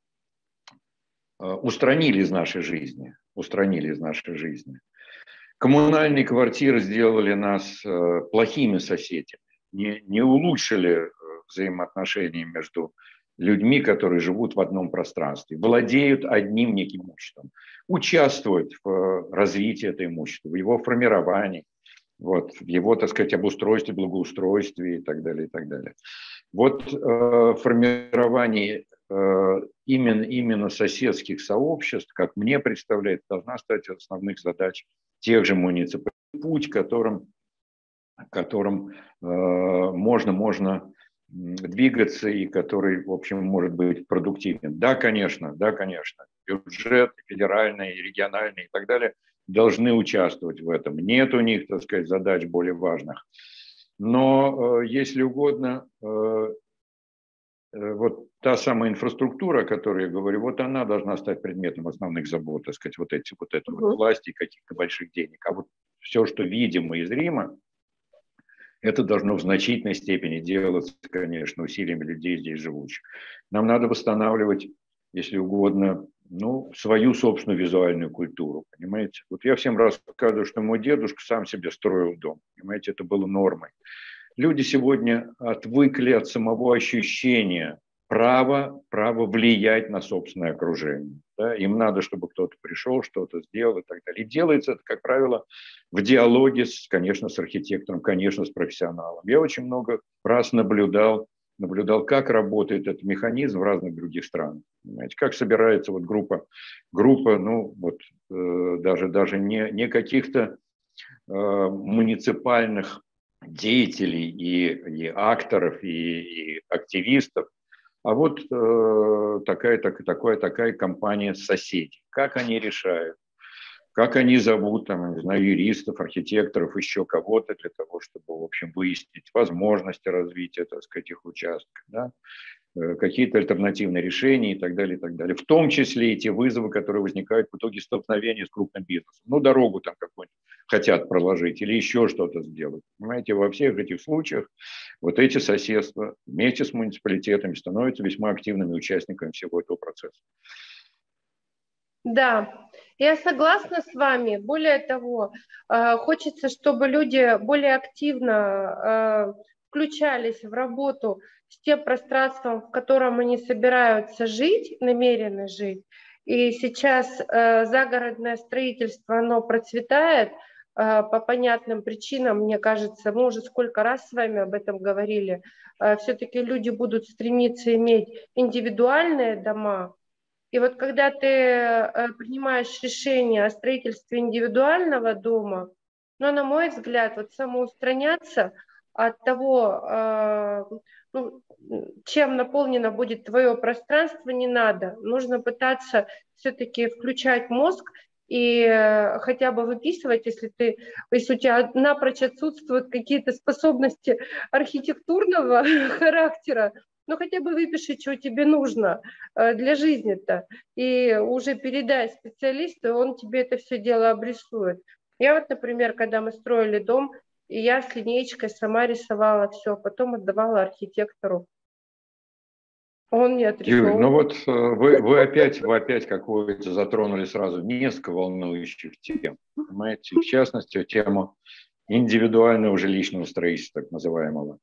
устранили из нашей жизни, устранили из нашей жизни. Коммунальные квартиры сделали нас плохими соседями, не, не улучшили взаимоотношения между людьми, которые живут в одном пространстве, владеют одним неким имуществом, участвуют в развитии этого имущества, в его формировании, Вот, в его, так сказать, обустройстве, благоустройстве и так далее, и так далее. Вот э, формирование э, именно, именно соседских сообществ, как мне представляется, должна стать основных задач тех же муниципалитетов. Путь, которым, которым э, можно, можно двигаться и который, в общем, может быть продуктивен. Да, конечно, да, конечно. Бюджет федеральный, региональный и так далее должны участвовать в этом. Нет у них, так сказать, задач более важных. Но, э, если угодно, э, вот та самая инфраструктура, о которой я говорю, вот она должна стать предметом основных забот, так сказать, вот эти вот этой вот власти, каких-то больших денег. А вот все, что видимо и зримо, это должно в значительной степени делаться, конечно, усилиями людей здесь живущих. Нам надо восстанавливать, если угодно, ну, свою собственную визуальную культуру, понимаете? Вот я всем рассказываю, что мой дедушка сам себе строил дом, понимаете, это было нормой. Люди сегодня отвыкли от самого ощущения права, права влиять на собственное окружение. Да? Им надо, чтобы кто-то пришел, что-то сделал и так далее. И делается это, как правило, в диалоге, с, конечно, с архитектором, конечно, с профессионалом. Я очень много раз наблюдал, наблюдал, как работает этот механизм в разных других странах. Понимаете, как собирается вот группа, группа ну, вот, э, даже, даже не, не каких-то э, муниципальных деятелей и, и акторов, и, и активистов, а вот э, такая, так, такая, такая компания соседей. Как они решают, как они зовут, там, не знаю, юристов, архитекторов, еще кого-то для того, чтобы, в общем, выяснить возможности развития, так сказать, их участков, да? Какие-то альтернативные решения и так далее, и так далее. В том числе и те вызовы, которые возникают в итоге столкновения с крупным бизнесом. Ну, дорогу там какую-нибудь хотят проложить или еще что-то сделать. Понимаете, во всех этих случаях вот эти соседства вместе с муниципалитетами становятся весьма активными участниками всего этого процесса. Да, я согласна с вами. Более того, хочется, чтобы люди более активно включались в работу с тем пространством, в котором они собираются жить, намерены жить. И сейчас загородное строительство, оно процветает по понятным причинам, мне кажется, мы уже сколько раз с вами об этом говорили. Все-таки люди будут стремиться иметь индивидуальные дома. И вот когда ты принимаешь решение о строительстве индивидуального дома, ну, на мой взгляд, вот самоустраняться от того, ну, чем наполнено будет твое пространство, не надо. Нужно пытаться все-таки включать мозг и хотя бы выписывать, если ты, если у тебя напрочь отсутствуют какие-то способности архитектурного характера, ну хотя бы выпиши, что тебе нужно для жизни-то, и уже передай специалисту, и он тебе это все дело обрисует. Я вот, например, когда мы строили дом, и я с линейкой сама рисовала все, потом отдавала архитектору. Он не отрисовывал. Юль, ну вот вы, вы опять, вы опять какую-то затронули сразу несколько волнующих тем. Понимаете, в частности, тему индивидуального жилищного строительства, так называемого.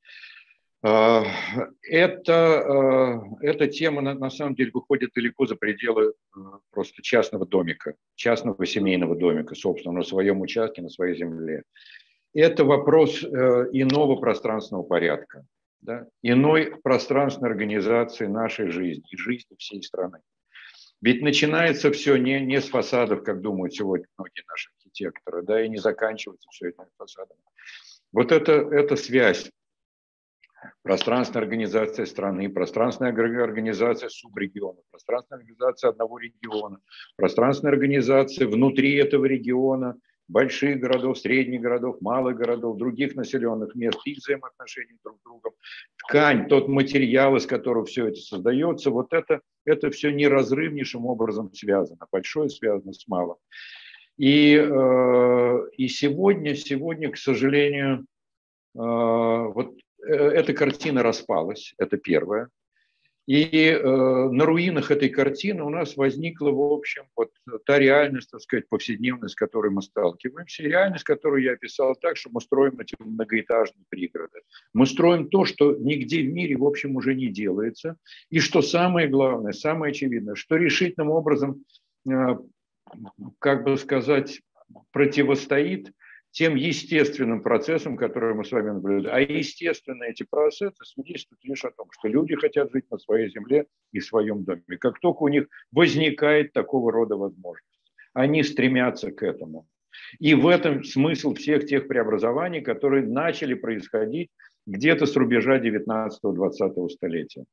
Это, эта тема на, на самом деле выходит далеко за пределы просто частного домика, частного семейного домика, собственно, на своем участке, на своей земле. Это вопрос иного пространственного порядка, да? Иной пространственной организации нашей жизни и жизни всей страны. Ведь начинается все не, не с фасадов, как думают сегодня многие наши архитекторы, да, и не заканчивается все этими фасадами. Вот это, это связь. Пространственная организация страны, пространственная организация субрегиона, пространственная организация одного региона, пространственная организация внутри этого региона, больших городов, средних городов, малых городов, других населенных мест, их взаимоотношений друг с другом. Ткань, тот материал, из которого все это создается, вот это, это все неразрывнейшим образом связано. Большое связано с малым. И, э, и сегодня, сегодня, к сожалению, э, вот эта картина распалась, это первое. И э, на руинах этой картины у нас возникла, в общем, вот та реальность, так сказать, повседневность, с которой мы сталкиваемся. И реальность, которую я описал так, что мы строим эти многоэтажные пригороды. Мы строим то, что нигде в мире, в общем, уже не делается. И что самое главное, самое очевидное, что решительным образом, э, как бы сказать, противостоит тем естественным процессом, который мы с вами наблюдаем. А естественно эти процессы свидетельствуют лишь о том, что люди хотят жить на своей земле и в своем доме. Как только у них возникает такого рода возможность, они стремятся к этому. И в этом смысл всех тех преобразований, которые начали происходить где-то с рубежа девятнадцатого-двадцатого столетия.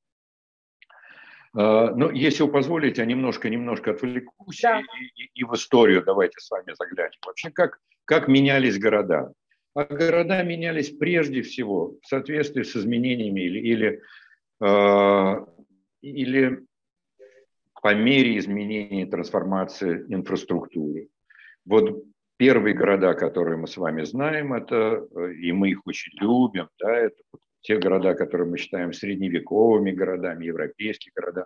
Но если вы позволите, я немножко, немножко отвлекусь, да. и, и, и в историю давайте с вами заглянем. Вообще, как, как менялись города? А города менялись прежде всего в соответствии с изменениями или, или, э, или по мере изменения и трансформации инфраструктуры. Вот первые города, которые мы с вами знаем, это, и мы их очень любим, да, это те города, которые мы считаем средневековыми городами, европейские города.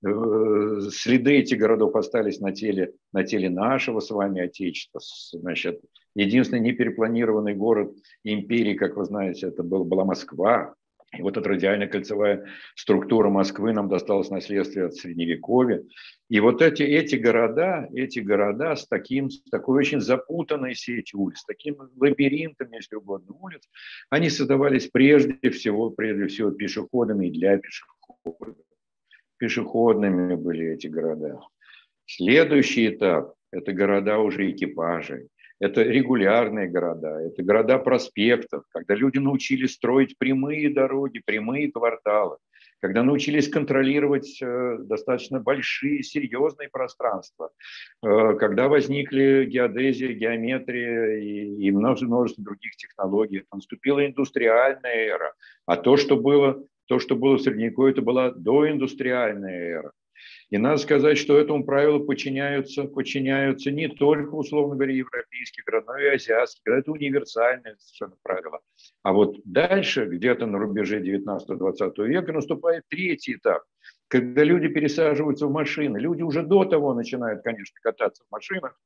Следы этих городов остались на теле, на теле нашего с вами Отечества. Значит, единственный неперепланированный город империи, как вы знаете, это был, была Москва. И вот эта радиально-кольцевая структура Москвы нам досталась наследствие от Средневековья. И вот эти, эти города, эти города с, таким, с такой очень запутанной сетью улиц, с таким лабиринтом, если угодно, улиц, они создавались прежде всего, прежде всего пешеходами и для пешеходов. Пешеходными были эти города. Следующий этап – это города уже экипажей. Это регулярные города, это города проспектов, когда люди научились строить прямые дороги, прямые кварталы, когда научились контролировать э, достаточно большие, серьезные пространства, э, когда возникли геодезия, геометрия и, и множество, множество других технологий. Наступила индустриальная эра, а то, что было, то, что было в Средневековье, это была доиндустриальная эра. И надо сказать, что этому правилу подчиняются, подчиняются не только, условно говоря, европейские города, но и азиатские города. Это универсальное совершенно правило. А вот дальше, где-то на рубеже девятнадцатого-двадцатого века, наступает третий этап, когда люди пересаживаются в машины. Люди уже до того начинают, конечно, кататься в машинах,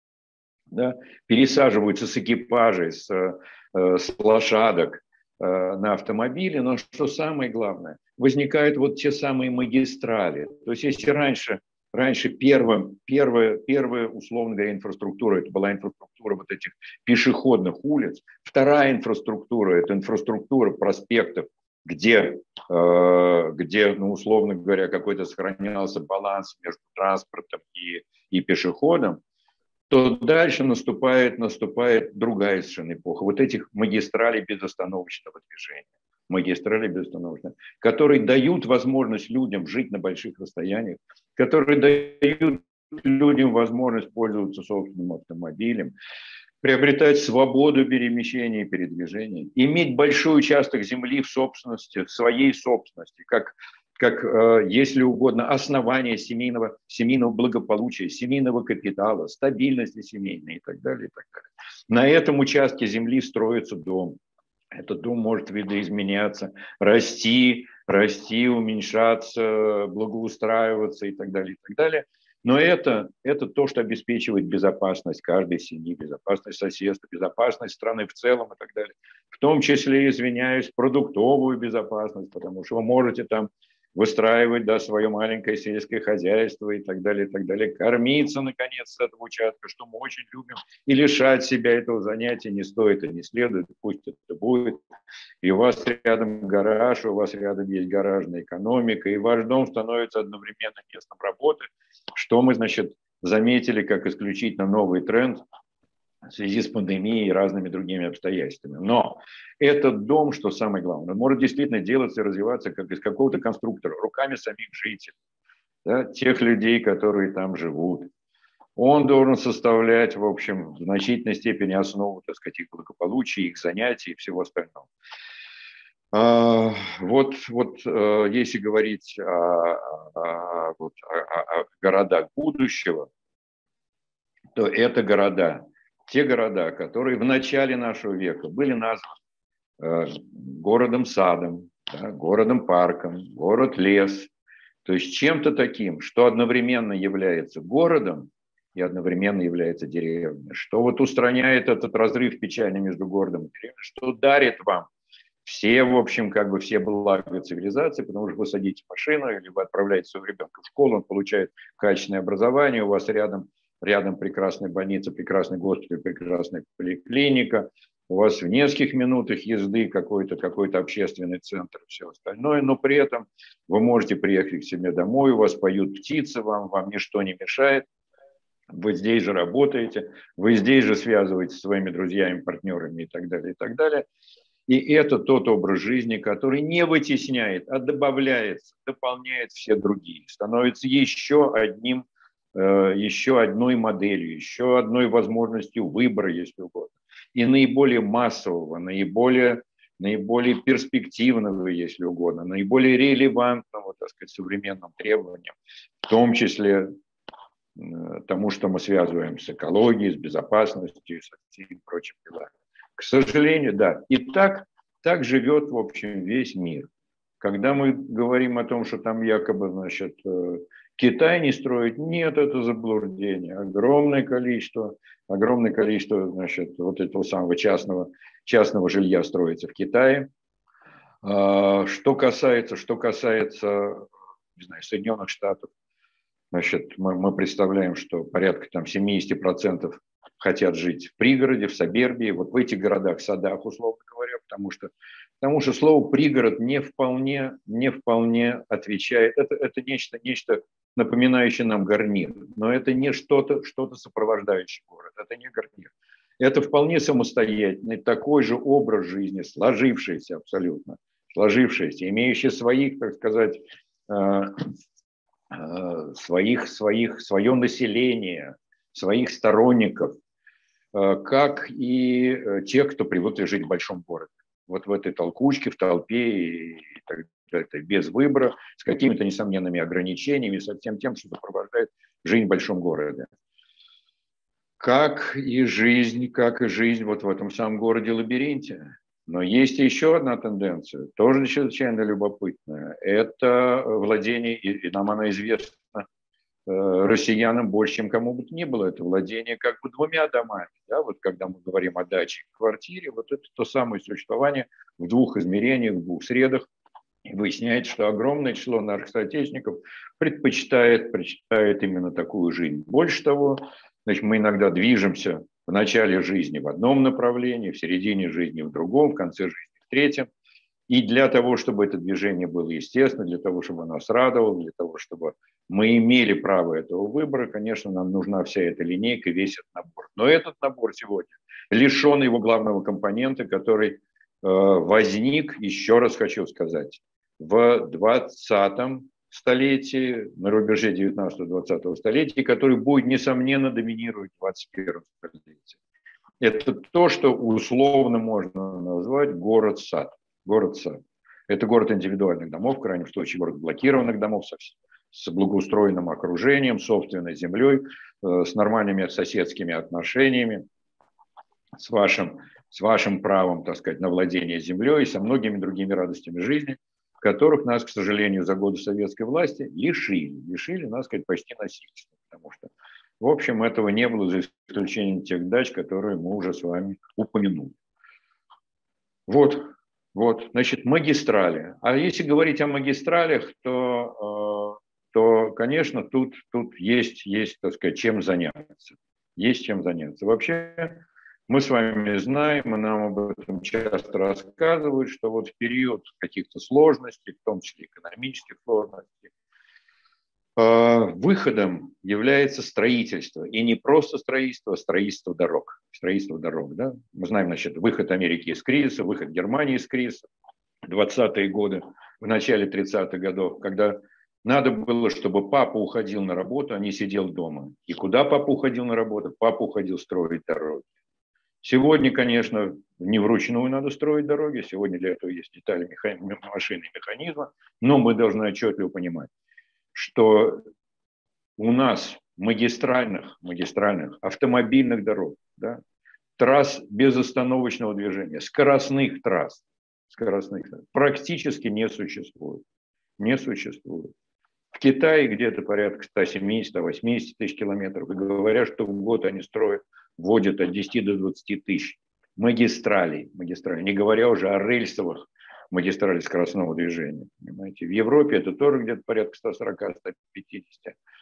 да, пересаживаются с экипажей, с, с лошадок на автомобили, но что самое главное, возникают вот те самые магистрали. То есть если раньше, раньше первым, первая, первая, условно говоря, инфраструктура, это была инфраструктура вот этих пешеходных улиц, вторая инфраструктура, это инфраструктура проспектов, где, э, где ну, условно говоря, какой-то сохранялся баланс между транспортом и, и пешеходом, то дальше наступает, наступает другая совершенно эпоха. Вот этих магистралей безостановочного движения. Магистрали безостановочного, которые дают возможность людям жить на больших расстояниях, которые дают людям возможность пользоваться собственным автомобилем, приобретать свободу перемещения и передвижения, иметь большой участок земли в собственности, в своей собственности, как как, если угодно, основание семейного, семейного благополучия, семейного капитала, стабильности семейной и так далее, и так далее. На этом участке земли строится дом. Этот дом может видоизменяться, расти, расти, уменьшаться, благоустраиваться и так далее, и так далее. Но это, это то, что обеспечивает безопасность каждой семьи, безопасность соседства, безопасность страны в целом и так далее. В том числе, извиняюсь, продуктовую безопасность, потому что вы можете там выстраивать, да, свое маленькое сельское хозяйство и так далее, и так далее, кормиться, наконец, с этого участка, что мы очень любим, и лишать себя этого занятия не стоит и не следует, пусть это будет. И у вас рядом гараж, у вас рядом есть гаражная экономика, и ваш дом становится одновременно местом работы, что мы, значит, заметили как исключительно новый тренд в связи с пандемией и разными другими обстоятельствами. Но этот дом, что самое главное, он может действительно делаться и развиваться как из какого-то конструктора, руками самих жителей, да, тех людей, которые там живут. Он должен составлять, в общем, в значительной степени основу, так сказать, их благополучия, их занятий и всего остального. А, вот, вот если говорить о, о, вот, о, о городах будущего, то это города, те города, которые в начале нашего века были названы э, городом-садом, да, городом-парком, город-лес, то есть чем-то таким, что одновременно является городом и одновременно является деревней, что вот устраняет этот разрыв печальный между городом и деревней, что дарит вам все, в общем, как бы все блага цивилизации, потому что вы садите в машину или вы отправляете своего ребенка в школу, он получает качественное образование, у вас рядом рядом прекрасная больница, прекрасный госпиталь, прекрасная поликлиника, у вас в нескольких минутах езды какой-то какой-то общественный центр и все остальное, но при этом вы можете приехать к себе домой, у вас поют птицы, вам, вам ничто не мешает, вы здесь же работаете, вы здесь же связываетесь со своими друзьями, партнерами и так далее, и так далее. И это тот образ жизни, который не вытесняет, а добавляется, дополняет все другие, становится еще одним, еще одной моделью, еще одной возможностью выбора, если угодно. И наиболее массового, наиболее, наиболее перспективного, если угодно, наиболее релевантного, так сказать, современным требованиям, в том числе тому, что мы связываем с экологией, с безопасностью и со всеми прочими делами. К сожалению, да. И так, так живет, в общем, весь мир. Когда мы говорим о том, что там якобы, значит, Китай не строит, нет, это заблуждение. Огромное количество, огромное количество, значит, вот этого самого частного, частного жилья строится в Китае. Что касается, что касается, не знаю, Соединенных Штатов, значит, мы, мы представляем, что порядка там семьдесят процентов хотят жить в пригороде, в сабербии, вот в этих городах, садах, условно говоря, потому что, потому что слово «пригород» не вполне, не вполне отвечает. Это, это нечто, нечто, напоминающее нам гарнир, но это не что-то, что-то сопровождающее город, это не гарнир. Это вполне самостоятельный такой же образ жизни, сложившийся абсолютно, сложившийся, имеющий своих, так сказать, своих, своих, свое население, своих сторонников, как и те, кто привыкли жить в большом городе. Вот в этой толкучке, в толпе, и так далее, без выбора, с какими-то несомненными ограничениями, со всем тем, что сопровождает жизнь в большом городе. Как и жизнь, как и жизнь вот в этом самом городе-лабиринте. Но есть еще одна тенденция, тоже чрезвычайно любопытная. Это владение, и нам она известна, россиянам больше, чем кому бы то ни было, это владение как бы двумя домами. Да? Вот когда мы говорим о даче и квартире, вот это то самое существование в двух измерениях, в двух средах. И выясняется, что огромное число наших соотечественников предпочитает, предпочитает именно такую жизнь. Больше того, значит, мы иногда движемся в начале жизни в одном направлении, в середине жизни в другом, в конце жизни в третьем. И для того, чтобы это движение было естественно, для того, чтобы оно нас радовало, для того, чтобы мы имели право этого выбора, конечно, нам нужна вся эта линейка, весь этот набор. Но этот набор сегодня лишен его главного компонента, который э, возник, еще раз хочу сказать, в двадцатом столетии, на рубеже девятнадцатого-двадцатого столетия, который будет, несомненно, доминировать в двадцать первом столетии. Это то, что условно можно назвать город-сад. Город-сад. Это город индивидуальных домов, в крайнем случае город блокированных домов со, с благоустроенным окружением, собственной землей, э, с нормальными соседскими отношениями, с вашим, с вашим правом, так сказать, на владение землей и со многими другими радостями жизни, которых нас, к сожалению, за годы советской власти лишили. Лишили нас, сказать, почти насильственно, потому что, в общем, этого не было, за исключением тех дач, которые мы уже с вами упомянули. Вот. Вот, значит, магистрали. А если говорить о магистралях, то, то конечно, тут, тут есть, есть, так сказать, чем заняться. Есть чем заняться. Вообще, мы с вами знаем, и нам об этом часто рассказывают, что вот в период каких-то сложностей, в том числе экономических сложностей, выходом является строительство. И не просто строительство, а строительство дорог. Строительство дорог, да? Мы знаем, значит, выход Америки из кризиса, выход Германии из кризиса. двадцатые годы, в начале тридцатых годов, когда надо было, чтобы папа уходил на работу, а не сидел дома. И куда папа уходил на работу? Папа уходил строить дороги. Сегодня, конечно, не вручную надо строить дороги. Сегодня для этого есть детали меха... машины и механизма. Но мы должны отчетливо понимать, что у нас магистральных, магистральных автомобильных дорог, да, трасс безостановочного движения, скоростных трасс, скоростных трасс практически не существует. Не существует. В Китае где-то порядка ста семидесяти — ста восьмидесяти тысяч километров. И говорят, что в год они строят, вводят от десяти до двадцати тысяч магистралей, магистралей, не говоря уже о рельсовых магистрали скоростного движения. Понимаете? В Европе это тоже где-то порядка ста сорока — ста пятидесяти.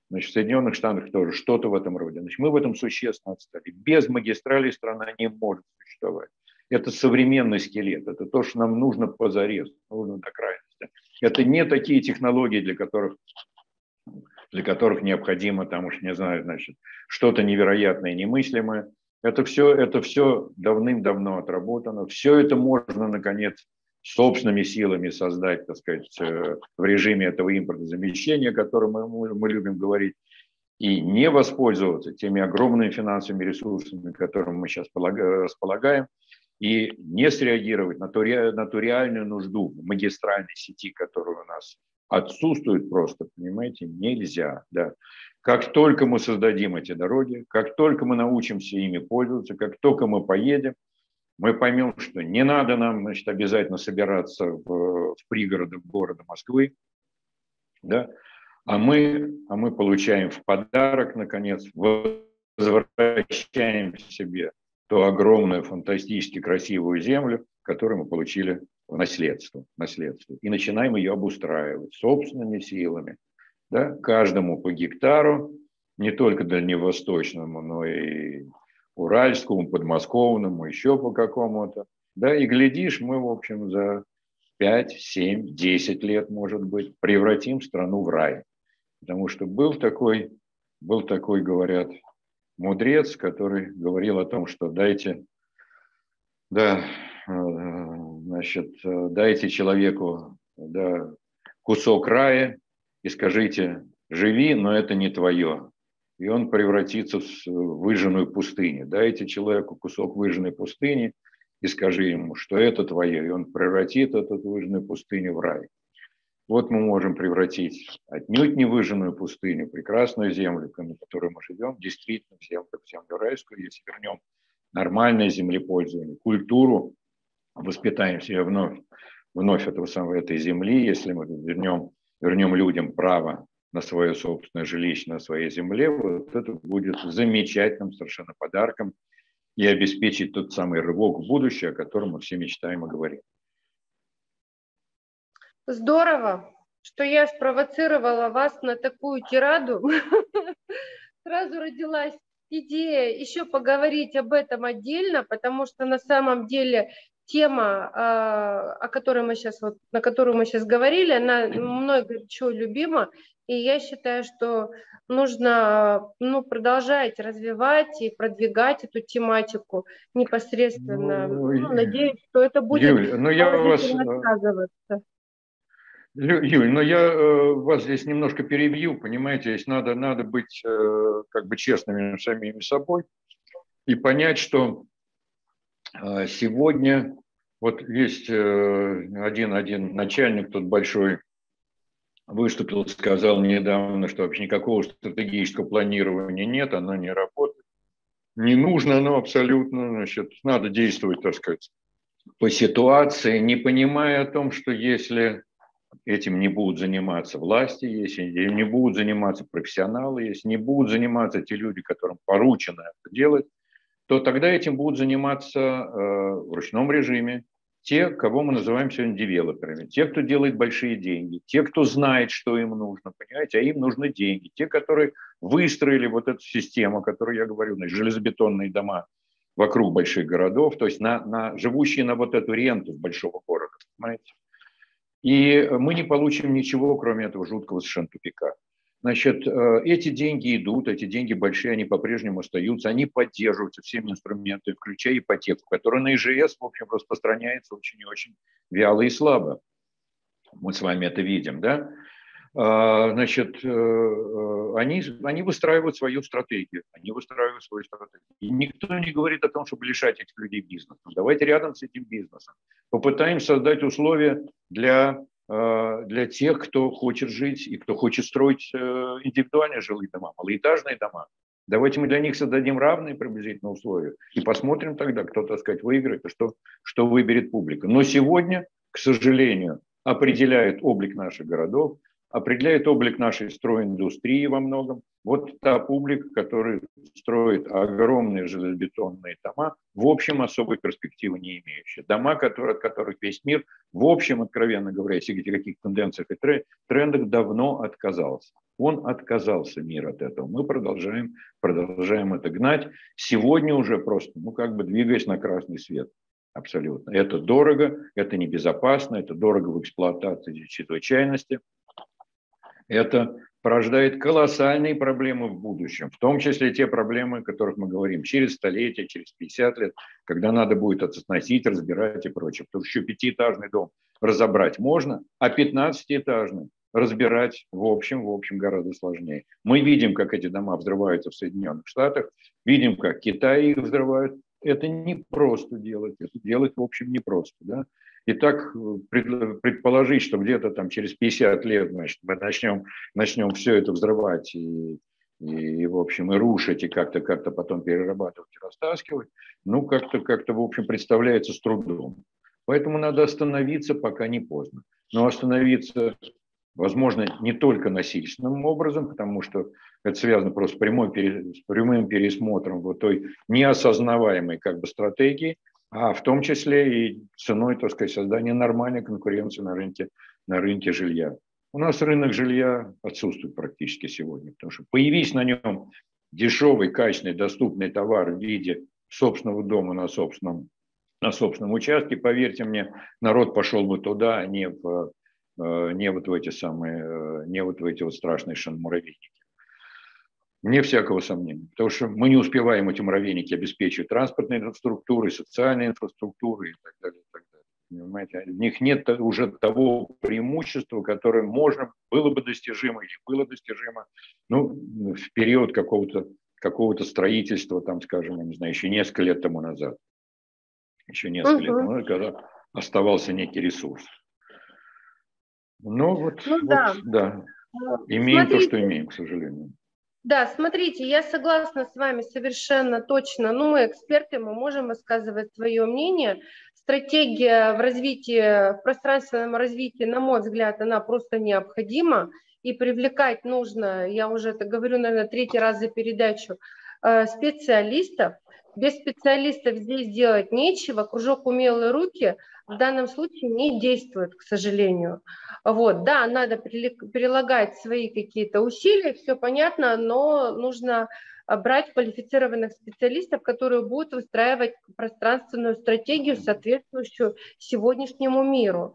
Значит, в Соединенных Штатах тоже что-то в этом роде. Значит, мы в этом существенно отстали. Без магистралей страна не может существовать. Это современный скелет. Это то, что нам нужно позарез, нужно до крайности. Это не такие технологии, для которых, для которых необходимо, там уж не знаю, значит, что-то невероятное, немыслимое. Это все, это все давным-давно отработано. Все это можно, наконец, собственными силами создать, так сказать, в режиме этого импортозамещения, о котором мы, мы любим говорить, и не воспользоваться теми огромными финансовыми ресурсами, которыми мы сейчас располагаем, и не среагировать на ту, на ту реальную нужду магистральной сети, которая у нас отсутствует просто, понимаете, нельзя. Да. Как только мы создадим эти дороги, как только мы научимся ими пользоваться, как только мы поедем, мы поймем, что не надо нам, значит, обязательно собираться в, в пригородах города Москвы, да, а мы, а мы получаем в подарок, наконец, возвращаем себе ту огромную, фантастически красивую землю, которую мы получили в наследство, наследство. И начинаем ее обустраивать собственными силами, да, каждому по гектару, не только дальневосточному, но и уральскому, подмосковному, еще по какому-то. Да, и глядишь, мы, в общем, за пять, семь, десять лет, может быть, превратим страну в рай. Потому что был такой, был такой, говорят, мудрец, который говорил о том, что дайте, да, значит, дайте человеку, да, кусок рая и скажите: живи, но это не твое. И он превратится в выжженную пустыню. Дайте человеку кусок выжженной пустыни и скажи ему, что это твое, и он превратит эту выжженную пустыню в рай. Вот мы можем превратить отнюдь не выжженную пустыню, прекрасную землю, на которой мы живем, действительно в землю, в землю райскую, если вернем нормальное землепользование, культуру, воспитаем себя вновь, вновь этого самого, этой земли, если мы вернем, вернем людям право на свое собственное жилище, на своей земле, вот это будет замечательным совершенно подарком и обеспечит тот самый рывок в будущее, о котором мы все мечтаем и говорим. Здорово, что я спровоцировала вас на такую тираду. Сразу родилась идея еще поговорить об этом отдельно, потому что на самом деле тема, о которой мы сейчас, вот, на которую мы сейчас говорили, она мной горячо любима, и я считаю, что нужно, ну, продолжать развивать и продвигать эту тематику непосредственно. Ну, ну, надеюсь, что это будет Юль, ну я вас... сказываться. Юль, но я э, вас здесь немножко перебью, понимаете, здесь надо, надо быть э, как бы честными самими собой и понять, что э, сегодня вот есть э, один, один начальник тут большой выступил, сказал недавно, что вообще никакого стратегического планирования нет, оно не работает, не нужно оно абсолютно, значит, надо действовать, так сказать, по ситуации, не понимая о том, что если этим не будут заниматься власти, если им не будут заниматься профессионалы, если не будут заниматься те люди, которым поручено это делать, то тогда этим будут заниматься э, в ручном режиме те, кого мы называем сегодня девелоперами, те, кто делает большие деньги, те, кто знает, что им нужно, понимаете, а им нужны деньги, те, которые выстроили вот эту систему, о которой я говорю, значит, железобетонные дома вокруг больших городов, то есть на, на, живущие на вот эту ренту с большого города, понимаете. И мы не получим ничего, кроме этого жуткого совершенно тупика. Значит, эти деньги идут, эти деньги большие, они по-прежнему остаются, они поддерживаются всеми инструментами, включая ипотеку, которая на ИЖС, в общем, распространяется очень и очень вяло и слабо. Мы с вами это видим, да? Значит, они, они выстраивают свою стратегию, они выстраивают свою стратегию. И никто не говорит о том, чтобы лишать этих людей бизнеса. Давайте рядом с этим бизнесом попытаемся создать условия для, для тех, кто хочет жить и кто хочет строить индивидуальные жилые дома, малоэтажные дома. Давайте мы для них создадим равные приблизительно условия и посмотрим тогда, кто, так сказать, выиграет и что, что выберет публика. Но сегодня, к сожалению, определяет облик наших городов, определяет облик нашей стройиндустрии во многом, Вот та публика, которая строит огромные железобетонные дома, в общем, особой перспективы не имеющие. Дома, которые, от которых весь мир, в общем, откровенно говоря, если говорить о каких тенденциях и трендах, давно отказался. Он отказался, мир, от этого. Мы продолжаем, продолжаем это гнать. Сегодня уже просто, ну, как бы двигаясь на красный свет. Абсолютно. Это дорого, это небезопасно, это дорого в эксплуатации чрезвычайности. Это порождает колоссальные проблемы в будущем, в том числе те проблемы, о которых мы говорим через столетия, через пятьдесят лет, когда надо будет относить, разбирать и прочее. Потому что еще пятиэтажный дом разобрать можно, а пятнадцатиэтажный разбирать в общем, в общем гораздо сложнее. Мы видим, как эти дома взрываются в Соединенных Штатах, видим, как Китай их взрывают. Это не просто делать, это делать в общем непросто. Да? Итак, предположить, что где-то там через пятьдесят лет, значит, мы начнем, начнем все это взрывать и, и, в общем, и рушить, и как-то как-то потом перерабатывать и растаскивать, ну, как-то, как-то, в общем, представляется с трудом. Поэтому надо остановиться, пока не поздно. Но остановиться, возможно, не только насильственным образом, потому что это связано просто с, прямой, с прямым пересмотром вот той неосознаваемой как бы стратегии, а в том числе и ценой, так сказать, создания нормальной конкуренции на рынке, на рынке жилья. У нас рынок жилья отсутствует практически сегодня, потому что появись на нем дешевый, качественный, доступный товар в виде собственного дома на собственном, на собственном участке, поверьте мне, народ пошел бы туда, а не в, не вот в эти самые, не вот в эти вот страшные шанмуравейники. Вне всякого сомнения. Потому что мы не успеваем эти муравейники обеспечивать транспортной инфраструктурой, социальной инфраструктурой и так далее. И так далее. Понимаете? В них нет уже того преимущества, которое можно, было бы достижимо или было достижимо ну, в период какого-то какого-то строительства, там, скажем, я не знаю, еще несколько лет тому назад. Еще несколько uh-huh. лет тому назад, когда оставался некий ресурс. Но вот, ну, вот да, да, имеем Смотрите. то, что имеем, к сожалению. Да, смотрите, я согласна с вами совершенно точно. Ну, мы эксперты, мы можем высказывать свое мнение. Стратегия в развитии, в пространственном развитии, на мой взгляд, она просто необходима. И привлекать нужно, я уже это говорю, наверное, третий раз за передачу, специалистов. Без специалистов здесь делать нечего. Кружок «Умелые руки» в данном случае не действует, к сожалению. Вот, да, надо прилагать свои какие-то усилия, все понятно, но нужно брать квалифицированных специалистов, которые будут выстраивать пространственную стратегию, соответствующую сегодняшнему миру.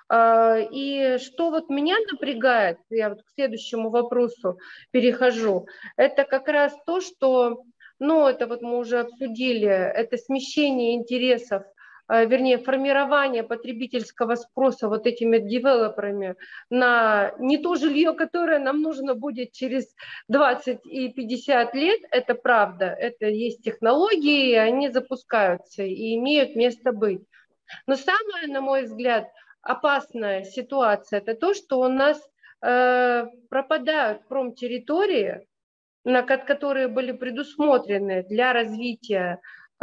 И что вот меня напрягает, я вот к следующему вопросу перехожу, это как раз то, что, ну, это вот мы уже обсудили, это смещение интересов, вернее, формирование потребительского спроса вот этими девелоперами на не то жилье, которое нам нужно будет через двадцать и пятьдесят лет, это правда, это есть технологии, они запускаются и имеют место быть. Но самая, на мой взгляд, опасная ситуация, это то, что у нас э, пропадают промтерритории, на которые были предусмотрены для развития,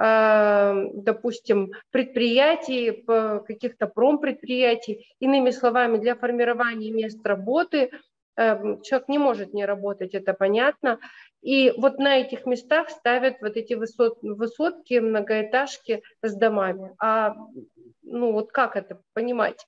допустим, предприятий, каких-то промпредприятий, иными словами, для формирования мест работы. Человек не может не работать, это понятно. И вот на этих местах ставят вот эти высот, высотки, многоэтажки с домами. А ну вот как это понимать?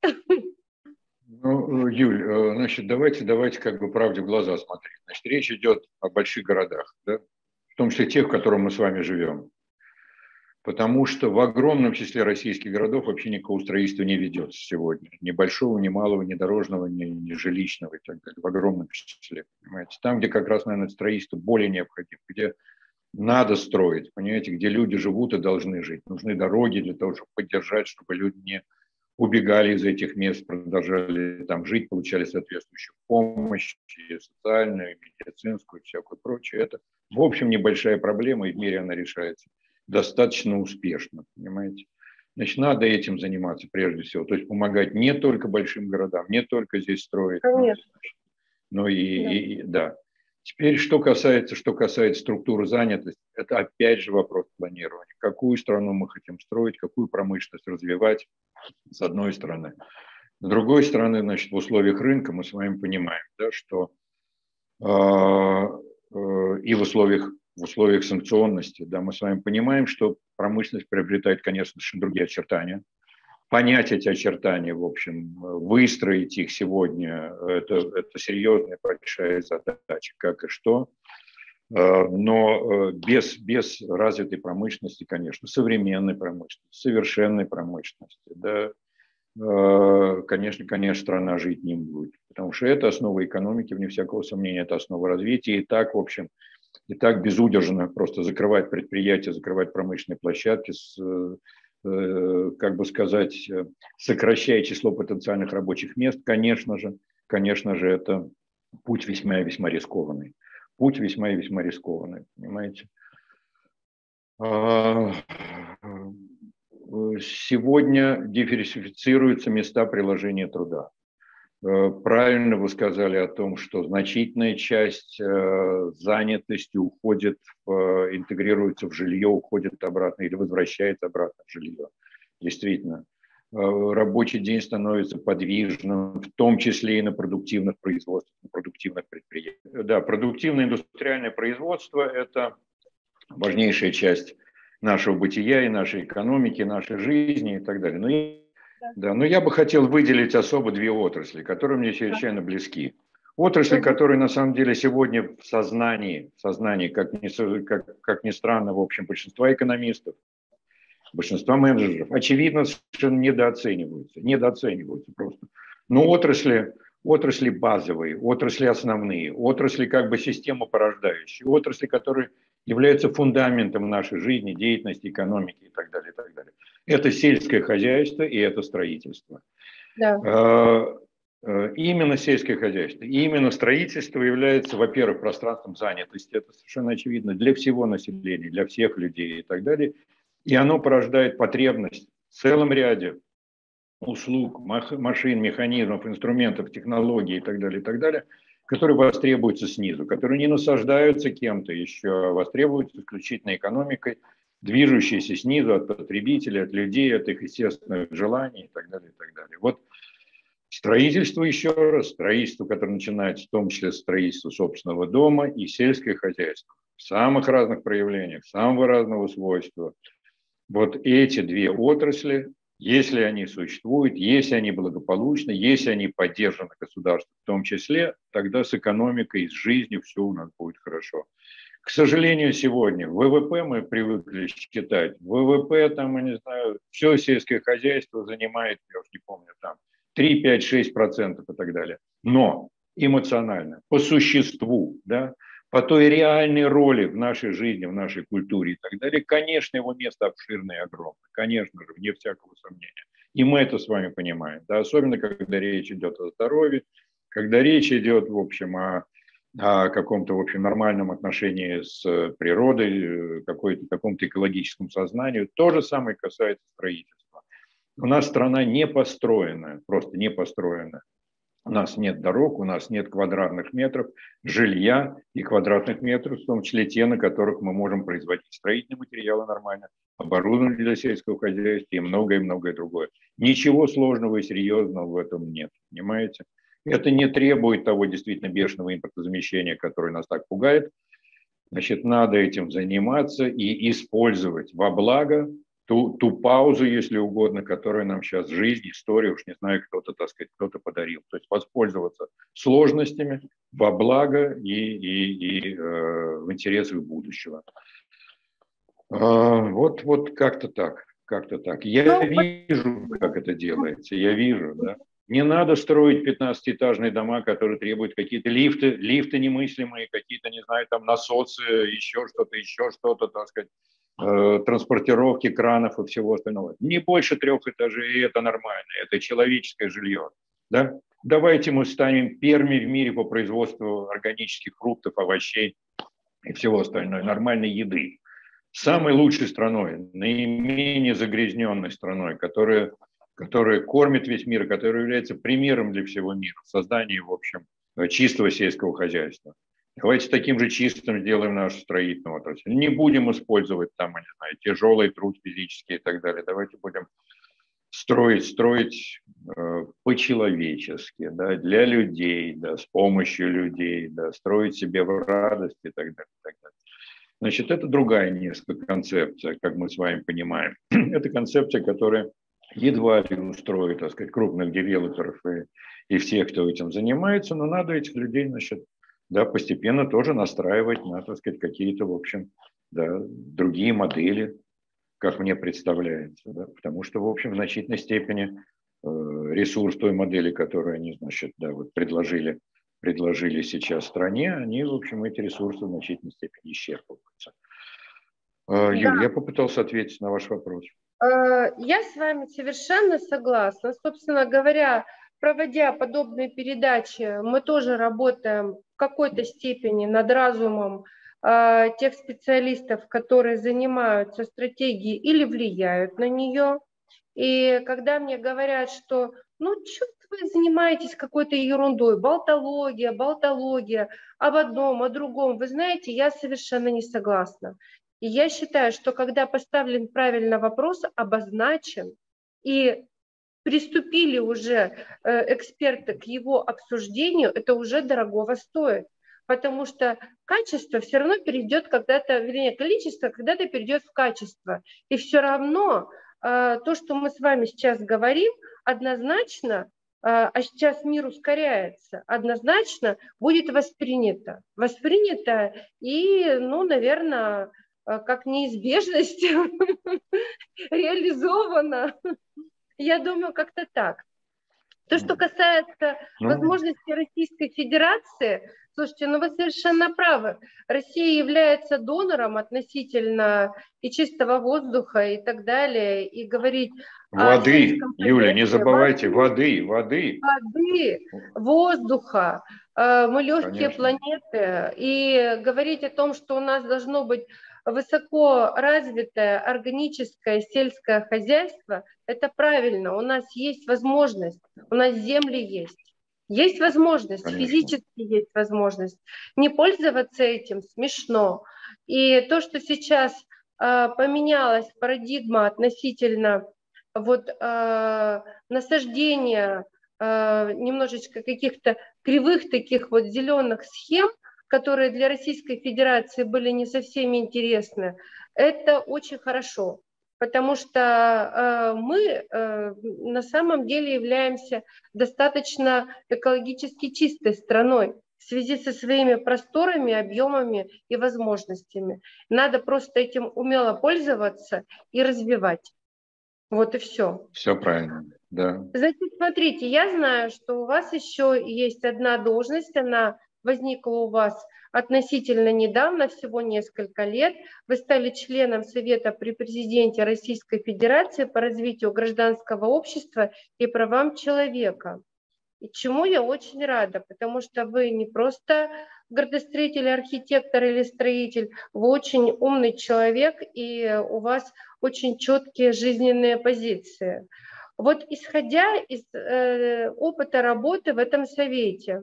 Ну, Юль, значит, давайте, давайте как бы правде в глаза смотреть. Значит, речь идет о больших городах, да? В том числе тех, в которых мы с вами живем. Потому что в огромном числе российских городов вообще никакого строительства не ведется сегодня. Ни большого, ни малого, ни дорожного, ни, ни жилищного и так далее. В огромном числе, понимаете. Там, где как раз, наверное, строительство более необходимо, где надо строить, понимаете, где люди живут и должны жить. Нужны дороги для того, чтобы поддержать, чтобы люди не убегали из этих мест, продолжали там жить, получали соответствующую помощь, и социальную, и медицинскую, и всякую прочее. Это, в общем, небольшая проблема, и в мире она решается достаточно успешно, понимаете. Значит, надо этим заниматься прежде всего, то есть помогать не только большим городам, не только здесь строить, но, но и, да. и да. Теперь, что касается, что касается структуры занятости, это опять же вопрос планирования. Какую страну мы хотим строить, какую промышленность развивать, с одной стороны. С другой стороны, значит, в условиях рынка мы с вами понимаем, да, что э, и в условиях, в условиях санкционности, да, мы с вами понимаем, что промышленность приобретает, конечно, совершенно другие очертания. Понять эти очертания, в общем, выстроить их сегодня, это, это серьезная большая задача, как и что. Но без, без развитой промышленности, конечно, современной промышленности, совершенной промышленности, да, конечно, конечно, страна жить не будет. Потому что это основа экономики, вне всякого сомнения, это основа развития. И так, в общем, и так безудержно просто закрывать предприятия, закрывать промышленные площадки, с, как бы сказать, сокращая число потенциальных рабочих мест, конечно же, конечно же, это путь весьма и весьма рискованный. Путь весьма и весьма рискованный, понимаете. Сегодня диверсифицируются места приложения труда. Правильно вы сказали о том, что значительная часть занятости уходит, в, интегрируется в жилье, уходит обратно или возвращается обратно в жилье. Действительно, рабочий день становится подвижным, в том числе и на продуктивных производствах, на продуктивных предприятиях. Да, продуктивное индустриальное производство – это важнейшая часть нашего бытия и нашей экономики, нашей жизни и так далее. Но, да. Да, но я бы хотел выделить особо две отрасли, которые мне чрезвычайно близки. Отрасли, которые на самом деле сегодня в сознании, в сознании как, ни, как, как ни странно, в общем, большинства экономистов, большинства менеджеров, очевидно, совершенно недооцениваются, недооцениваются просто. Но отрасли, отрасли базовые, отрасли основные, отрасли как бы системопорождающие, отрасли, которые являются фундаментом нашей жизни, деятельности, экономики и так далее, и так далее. Это сельское хозяйство и это строительство. Да. Именно сельское хозяйство, именно строительство является, во-первых, пространством занятости, это совершенно очевидно, для всего населения, для всех людей и так далее. И оно порождает потребность в целом ряде услуг, машин, механизмов, инструментов, технологий и так далее, и так далее, которые востребуются снизу, которые не насаждаются кем-то еще, а востребуются исключительно экономикой, движущейся снизу от потребителей, от людей, от их естественных желаний и так далее, и так далее. Вот строительство, еще раз, строительство, которое начинается в том числе с строительства собственного дома и сельское хозяйство в самых разных проявлениях, самого разного свойства. Вот эти две отрасли, если они существуют, если они благополучны, если они поддержаны государством в том числе, тогда с экономикой и с жизнью все у нас будет хорошо. К сожалению, сегодня ВВП мы привыкли считать. ВВП, там, я не знаю, все сельское хозяйство занимает, я уж не помню, там три, пять, шесть процентов и так далее. Но эмоционально, по существу, да, по той реальной роли в нашей жизни, в нашей культуре и так далее, конечно, его место обширное и огромное, конечно же, вне всякого сомнения. И мы это с вами понимаем, да, особенно когда речь идет о здоровье, когда речь идет, в общем, о, о каком-то, в общем, нормальном отношении с природой, каком-то экологическом сознании. То же самое касается строительства. У нас страна не построенная, просто не построенная. У нас нет дорог, у нас нет квадратных метров жилья и квадратных метров, в том числе те, на которых мы можем производить строительные материалы нормально, оборудование для сельского хозяйства и многое-многое другое. Ничего сложного и серьезного в этом нет, понимаете? Это не требует того действительно бешеного импортозамещения, которое нас так пугает. Значит, надо этим заниматься и использовать во благо Ту, ту паузу, если угодно, которую нам сейчас жизнь, история, уж не знаю, кто-то, так сказать, кто-то подарил. То есть воспользоваться сложностями во благо и, и, и э, в интересах будущего. А, вот, вот как-то так, как-то так. Я ну, вижу, как это делается, я вижу, да. Не надо строить пятнадцатиэтажные дома, которые требуют какие-то лифты, лифты немыслимые, какие-то, не знаю, там насосы, еще что-то, еще что-то, так сказать, э, транспортировки кранов и всего остального. Не больше трех этажей, и это нормально, это человеческое жилье. Да? Давайте мы станем первыми в мире по производству органических фруктов, овощей и всего остального, нормальной еды. Самой лучшей страной, наименее загрязненной страной, которая... которая кормит весь мир, которая является примером для всего мира в создании, в общем, чистого сельского хозяйства. Давайте таким же чистым сделаем нашу строительную отрасль. Не будем использовать там, я не знаю, тяжелый труд физический и так далее. Давайте будем строить, строить э, по-человечески, да, для людей, да, с помощью людей, да, строить себе в радость и так далее, и так далее. Значит, это другая несколько концепция, как мы с вами понимаем. Это концепция, которая едва ли устроит, так сказать, крупных девелоперов и, и всех, кто этим занимается, но надо этих людей, значит, да, постепенно тоже настраивать на, так сказать, какие-то, в общем, да, другие модели, как мне представляется, да, потому что, в общем, в значительной степени э, ресурс той модели, которую они, значит, да, вот предложили, предложили сейчас стране, они, в общем, эти ресурсы в значительной степени исчерпываются. Э, Юль, Да. я попытался ответить на ваш вопрос. Я с вами совершенно согласна. Собственно говоря, проводя подобные передачи, мы тоже работаем в какой-то степени над разумом э, тех специалистов, которые занимаются стратегией или влияют на нее. И когда мне говорят, что ну, что вы занимаетесь какой-то ерундой, болтология, болтология, об одном, о другом, вы знаете, я совершенно не согласна. И я считаю, что когда поставлен правильно вопрос, обозначен, и приступили уже эксперты к его обсуждению, это уже дорогого стоит. Потому что качество все равно перейдет когда-то, вернее, количество когда-то перейдет в качество. И все равно то, что мы с вами сейчас говорим, однозначно, а сейчас мир ускоряется, однозначно будет воспринято. Воспринято и, ну, наверное, как неизбежность реализовано. Я думаю, как-то так. То, что касается ну, возможности Российской Федерации, слушайте, ну вы совершенно правы. Россия является донором относительно и чистого воздуха и так далее, и говорить воды, о Юля, не забывайте, воды, воды. Воды, воздуха, мы легкие Конечно. планеты, и говорить о том, что у нас должно быть высоко развитое органическое сельское хозяйство, это правильно, у нас есть возможность, у нас земли есть, есть возможность, Конечно. Физически есть возможность. Не пользоваться этим смешно. И то, что сейчас э, поменялась парадигма относительно вот, э, насаждения э, немножечко каких-то кривых таких вот зеленых схем, которые для Российской Федерации были не совсем интересны, это очень хорошо, потому что э, мы э, на самом деле являемся достаточно экологически чистой страной в связи со своими просторами, объемами и возможностями. Надо просто этим умело пользоваться и развивать. Вот и все. Все правильно, да. Значит, смотрите, я знаю, что у вас еще есть одна должность, она возникла у вас относительно недавно, всего несколько лет. Вы стали членом Совета при президенте Российской Федерации по развитию гражданского общества и правам человека. И чему я очень рада, потому что вы не просто градостроитель, архитектор или строитель, вы очень умный человек, и у вас очень четкие жизненные позиции. Вот исходя из э, опыта работы в этом совете,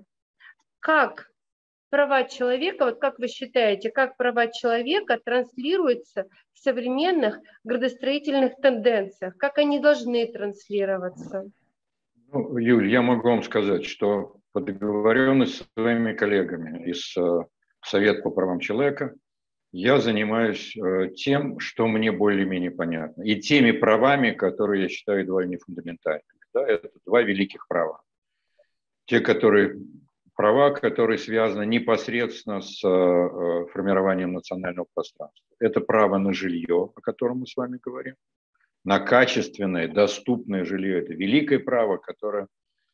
как права человека, вот как вы считаете, как права человека транслируются в современных градостроительных тенденциях, как они должны транслироваться? Ну, Юль, я могу вам сказать, что по договоренности с своими коллегами из э, Совета по правам человека я занимаюсь э, тем, что мне более-менее понятно, и теми правами, которые я считаю двойне фундаментальными. Да, это два великих права. Те, которые, права, которые связаны непосредственно с э, формированием национального пространства. Это право на жилье, о котором мы с вами говорим, на качественное, доступное жилье. Это великое право, которое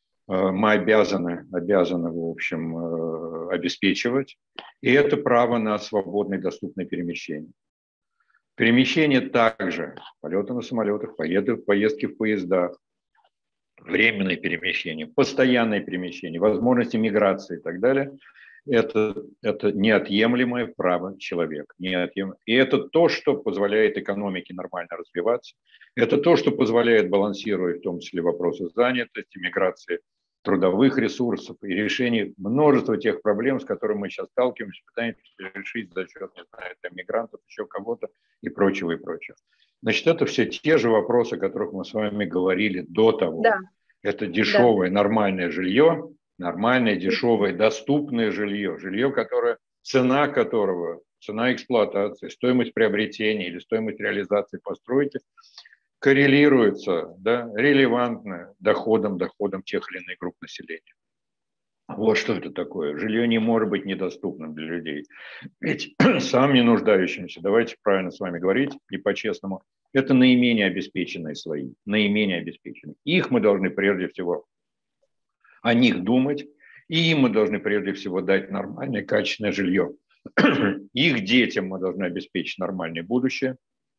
мы обязаны, обязаны, в общем, обеспечивать. И это право на свободное доступное перемещение. Перемещение также, полеты на самолетах, поездки в поездах, временное перемещение, постоянное перемещение, возможности миграции и так далее. Это, это неотъемлемое право человека. Неотъем... И это то, что позволяет экономике нормально развиваться. Это то, что позволяет балансировать в том числе вопросы занятости, миграции трудовых ресурсов и решения множества тех проблем, с которыми мы сейчас сталкиваемся, пытаемся решить за счет, не знаю, там, мигрантов, еще кого-то и прочего, и прочего. Значит, это все те же вопросы, о которых мы с вами говорили до того. Да. Это Да. дешевое, нормальное жилье, нормальное, дешевое, доступное жилье, жилье, которое, цена которого, цена эксплуатации, стоимость приобретения или стоимость реализации постройки коррелируется, да, релевантно доходом, доходом тех или иных групп населения. Вот что это такое. Жилье не может быть недоступным для людей. Ведь сам не нуждающимся, давайте правильно с вами говорить и по-честному, это наименее обеспеченные слои, наименее обеспеченные. Их мы должны прежде всего о них думать, и им мы должны прежде всего дать нормальное, качественное жилье. Их детям мы должны обеспечить нормальное будущее,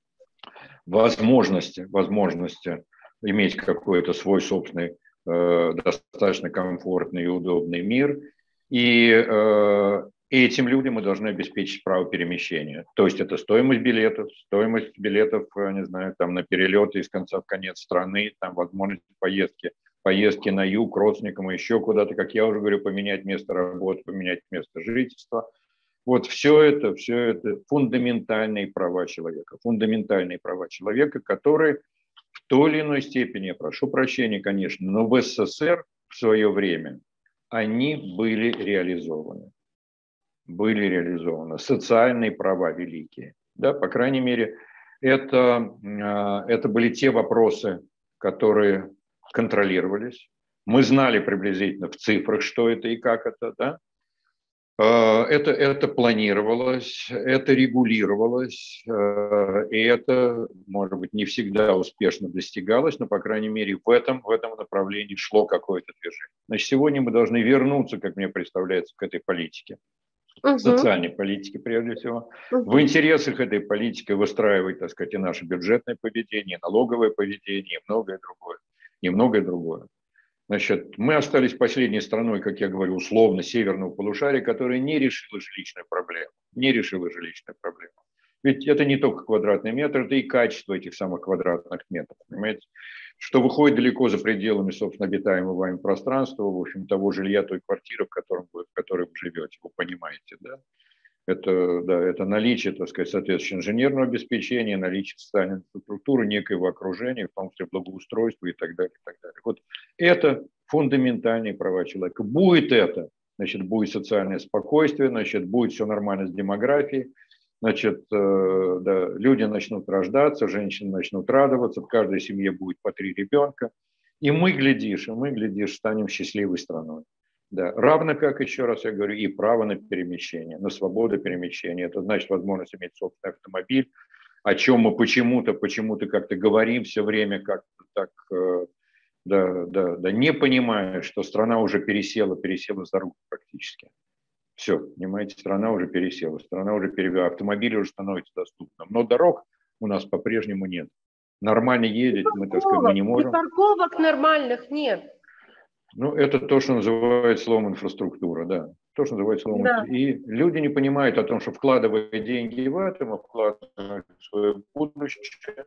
возможности, возможности иметь какой-то свой собственный, э, достаточно комфортный и удобный мир. И э, этим людям мы должны обеспечить право перемещения. То есть это стоимость билетов, стоимость билетов, не знаю, там на перелеты из конца в конец страны, там возможность поездки, поездки на юг, к родственникам, еще куда-то, как я уже говорю, поменять место работы, поменять место жительства. Вот все это, все это фундаментальные права человека, фундаментальные права человека, которые в той или иной степени, я прошу прощения, конечно, но в СССР в свое время они были реализованы. Были реализованы. Социальные права великие. Да, по крайней мере, это, это были те вопросы, которые контролировались. Мы знали приблизительно в цифрах, что это и как это, да. Это, это планировалось, это регулировалось, и это, может быть, не всегда успешно достигалось, но, по крайней мере, в этом, в этом направлении шло какое-то движение. Значит, сегодня мы должны вернуться, как мне представляется, к этой политике, Угу. социальной политике, прежде всего. Угу. В интересах этой политики выстраивать, так сказать, и наше бюджетное поведение, и налоговое поведение, и многое другое, и многое другое. Значит, мы остались последней страной, как я говорю, условно северного полушария, которая не решила жилищную проблему. Не решила жилищную проблему. Ведь это не только квадратный метр, это и качество этих самых квадратных метров. Понимаете? Что выходит далеко за пределами, собственно, обитаемого вами пространства, в общем, того жилья, той квартиры, в, котором вы, в которой вы живете, вы понимаете, да? Это, да, это наличие, так сказать, соответствующего инженерного обеспечения, наличие социальной инфраструктуры, некоего окружения, в том числе благоустройства и так далее, и так далее. Вот это фундаментальные права человека. Будет это, значит, будет социальное спокойствие, значит, будет все нормально с демографией, значит, э, да, люди начнут рождаться, женщины начнут радоваться, в каждой семье будет по три ребенка, и мы, глядишь, и мы, глядишь, станем счастливой страной. Да. Равно как, еще раз я говорю, и право на перемещение, на свободу перемещения. Это значит возможность иметь собственный автомобиль, о чем мы почему-то, почему-то как-то говорим все время, как-то так, да, да, да, не понимая, что страна уже пересела, пересела за руку практически. Все, понимаете, страна уже пересела, страна уже перевела, автомобили уже становятся доступным, но дорог у нас по-прежнему нет. Нормально ездить мы, так сказать, мы не можем. И парковок нормальных нет. Ну, это то, что называют словом инфраструктура, да. То, что называют словом Да. И люди не понимают о том, что вкладывая деньги в это, мы вкладываем в свое будущее.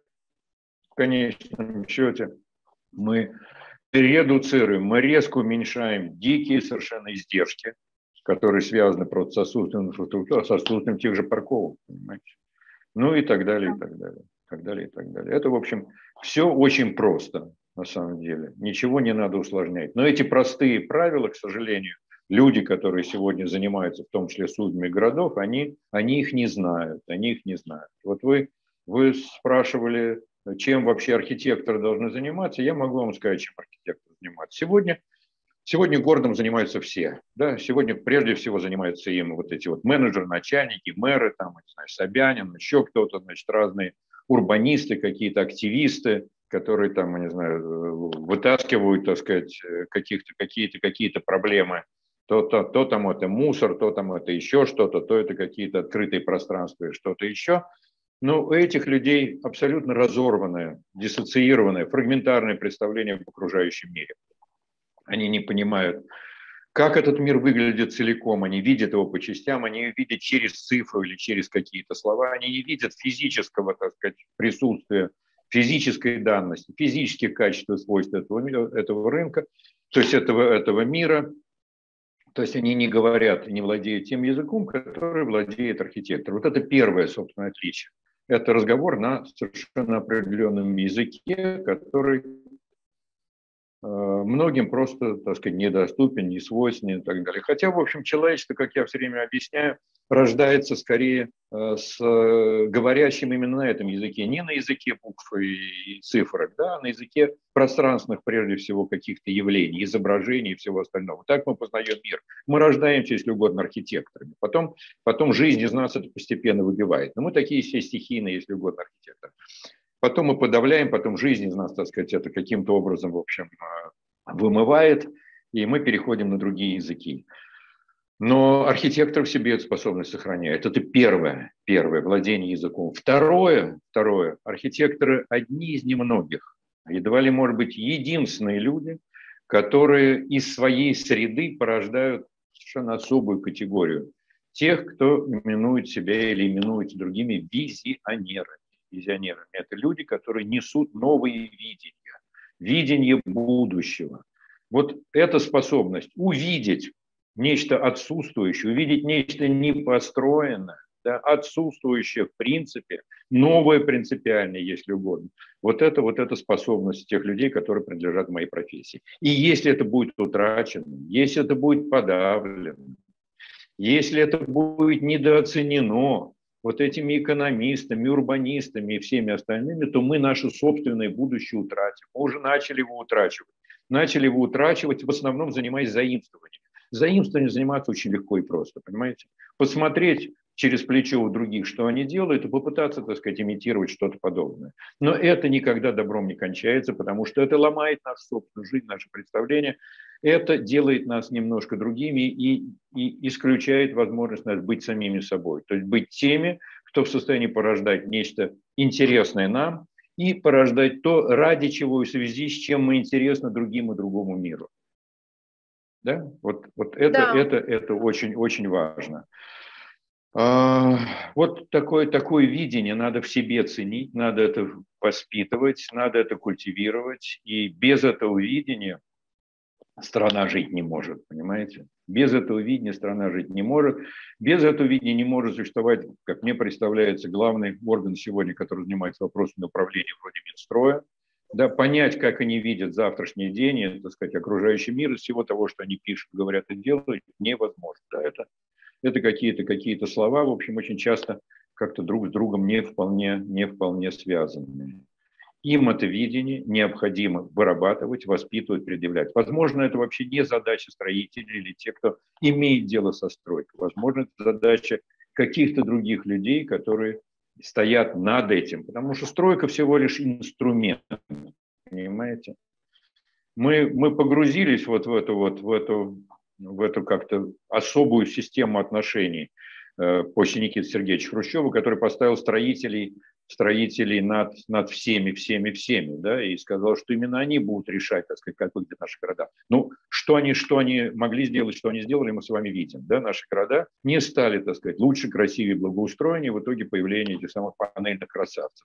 В конечном счете мы редуцируем, мы резко уменьшаем дикие совершенно издержки, которые связаны просто с отсутствием инфраструктуры, с отсутствием тех же парковок, понимаете. Ну и так далее, и так далее, и так далее, и так далее. Это, в общем, все очень просто. На самом деле. Ничего не надо усложнять. Но эти простые правила, к сожалению, люди, которые сегодня занимаются в том числе судьбами городов, они, они их не знают. Они их не знают. Вот вы, вы спрашивали, чем вообще архитекторы должны заниматься. Я могу вам сказать, чем архитекторы занимаются. Сегодня, сегодня городом занимаются все. Да? Сегодня прежде всего занимаются им вот эти вот менеджеры, начальники, мэры, там, не знаю, Собянин, еще кто-то, значит, разные урбанисты, какие-то активисты, которые там, не знаю, вытаскивают, так сказать, каких-то, какие-то, какие-то проблемы. То, то, то там это мусор, то там это еще что-то, то это какие-то открытые пространства и что-то еще. Но у этих людей абсолютно разорванное, диссоциированное, фрагментарное представление об окружающем мире. Они не понимают, как этот мир выглядит целиком, они видят его по частям, они его видят через цифру или через какие-то слова, они не видят физического, так сказать, присутствия, физической данности, физических качеств и свойств этого, этого рынка, то есть этого, этого мира. То есть они не говорят, не владеют тем языком, который владеет архитектор. Вот это первое, собственно, отличие. Это разговор на совершенно определенном языке, который многим просто, так сказать, недоступен, не свойственен и так далее. Хотя, в общем, человечество, как я все время объясняю, рождается скорее с говорящим именно на этом языке, не на языке букв и цифр, да, а на языке пространственных, прежде всего, каких-то явлений, изображений и всего остального. Так мы познаем мир. Мы рождаемся, если угодно, архитекторами. Потом, потом жизнь из нас это постепенно выбивает. Но мы такие все стихийные, если угодно, архитекторы. Потом мы подавляем, потом жизнь из нас, так сказать, это каким-то образом, в общем, вымывает, и мы переходим на другие языки. Но архитектор в себе эту способность сохраняет. Это первое, первое, владение языком. Второе, второе, архитекторы одни из немногих, едва ли, может быть, единственные люди, которые из своей среды порождают совершенно особую категорию. Тех, кто именует себя или именуется другими визионерами. Визионерами. Это люди, которые несут новые видения, видение будущего. Вот эта способность увидеть нечто отсутствующее, увидеть нечто непостроенное, да, отсутствующее в принципе, новое принципиальное, если угодно. Вот это, вот эта способность тех людей, которые принадлежат моей профессии. И если это будет утрачено, если это будет подавлено, если это будет недооценено вот этими экономистами, урбанистами и всеми остальными, то мы наше собственное будущее утратим. Мы уже начали его утрачивать. Начали его утрачивать, в основном занимаясь заимствованием. Заимствованием заниматься очень легко и просто, понимаете? Посмотреть через плечо у других, что они делают, и попытаться, так сказать, имитировать что-то подобное. Но это никогда добром не кончается, потому что это ломает нашу собственную жизнь, наше представление. Это делает нас немножко другими и, и исключает возможность нас быть самими собой. То есть быть теми, кто в состоянии порождать нечто интересное нам и порождать то, ради чего и в связи с чем мы интересны другим и другому миру. Да? Вот, вот это, да. это, это очень, очень важно. А, вот такое, такое видение надо в себе ценить, надо это воспитывать, надо это культивировать. И без этого видения страна жить не может, понимаете? Без этого видения страна жить не может. Без этого видения не может существовать, как мне представляется, главный орган сегодня, который занимается вопросами управления вроде Минстроя. Да, понять, как они видят завтрашний день, и, так сказать, окружающий мир, из всего того, что они пишут, говорят и делают, невозможно. Да, это, это какие-то, какие-то слова, в общем, очень часто как-то друг с другом не вполне, не вполне связанные. Им это видение необходимо вырабатывать, воспитывать, предъявлять. Возможно, это вообще не задача строителей или тех, кто имеет дело со стройкой. Возможно, это задача каких-то других людей, которые стоят над этим. Потому что стройка всего лишь инструмент, понимаете? Мы, мы погрузились вот в эту, вот, в эту, в эту как-то особую систему отношений э, после Никиты Сергеевича Хрущева, который поставил строителей строителей над, над всеми, всеми, всеми, да, и сказал, что именно они будут решать, так сказать, как выглядят наши города. Ну, что они, что они могли сделать, что они сделали, мы с вами видим, да, наши города не стали, так сказать, лучше, красивее, благоустроеннее в итоге появления этих самых панельных красавцев.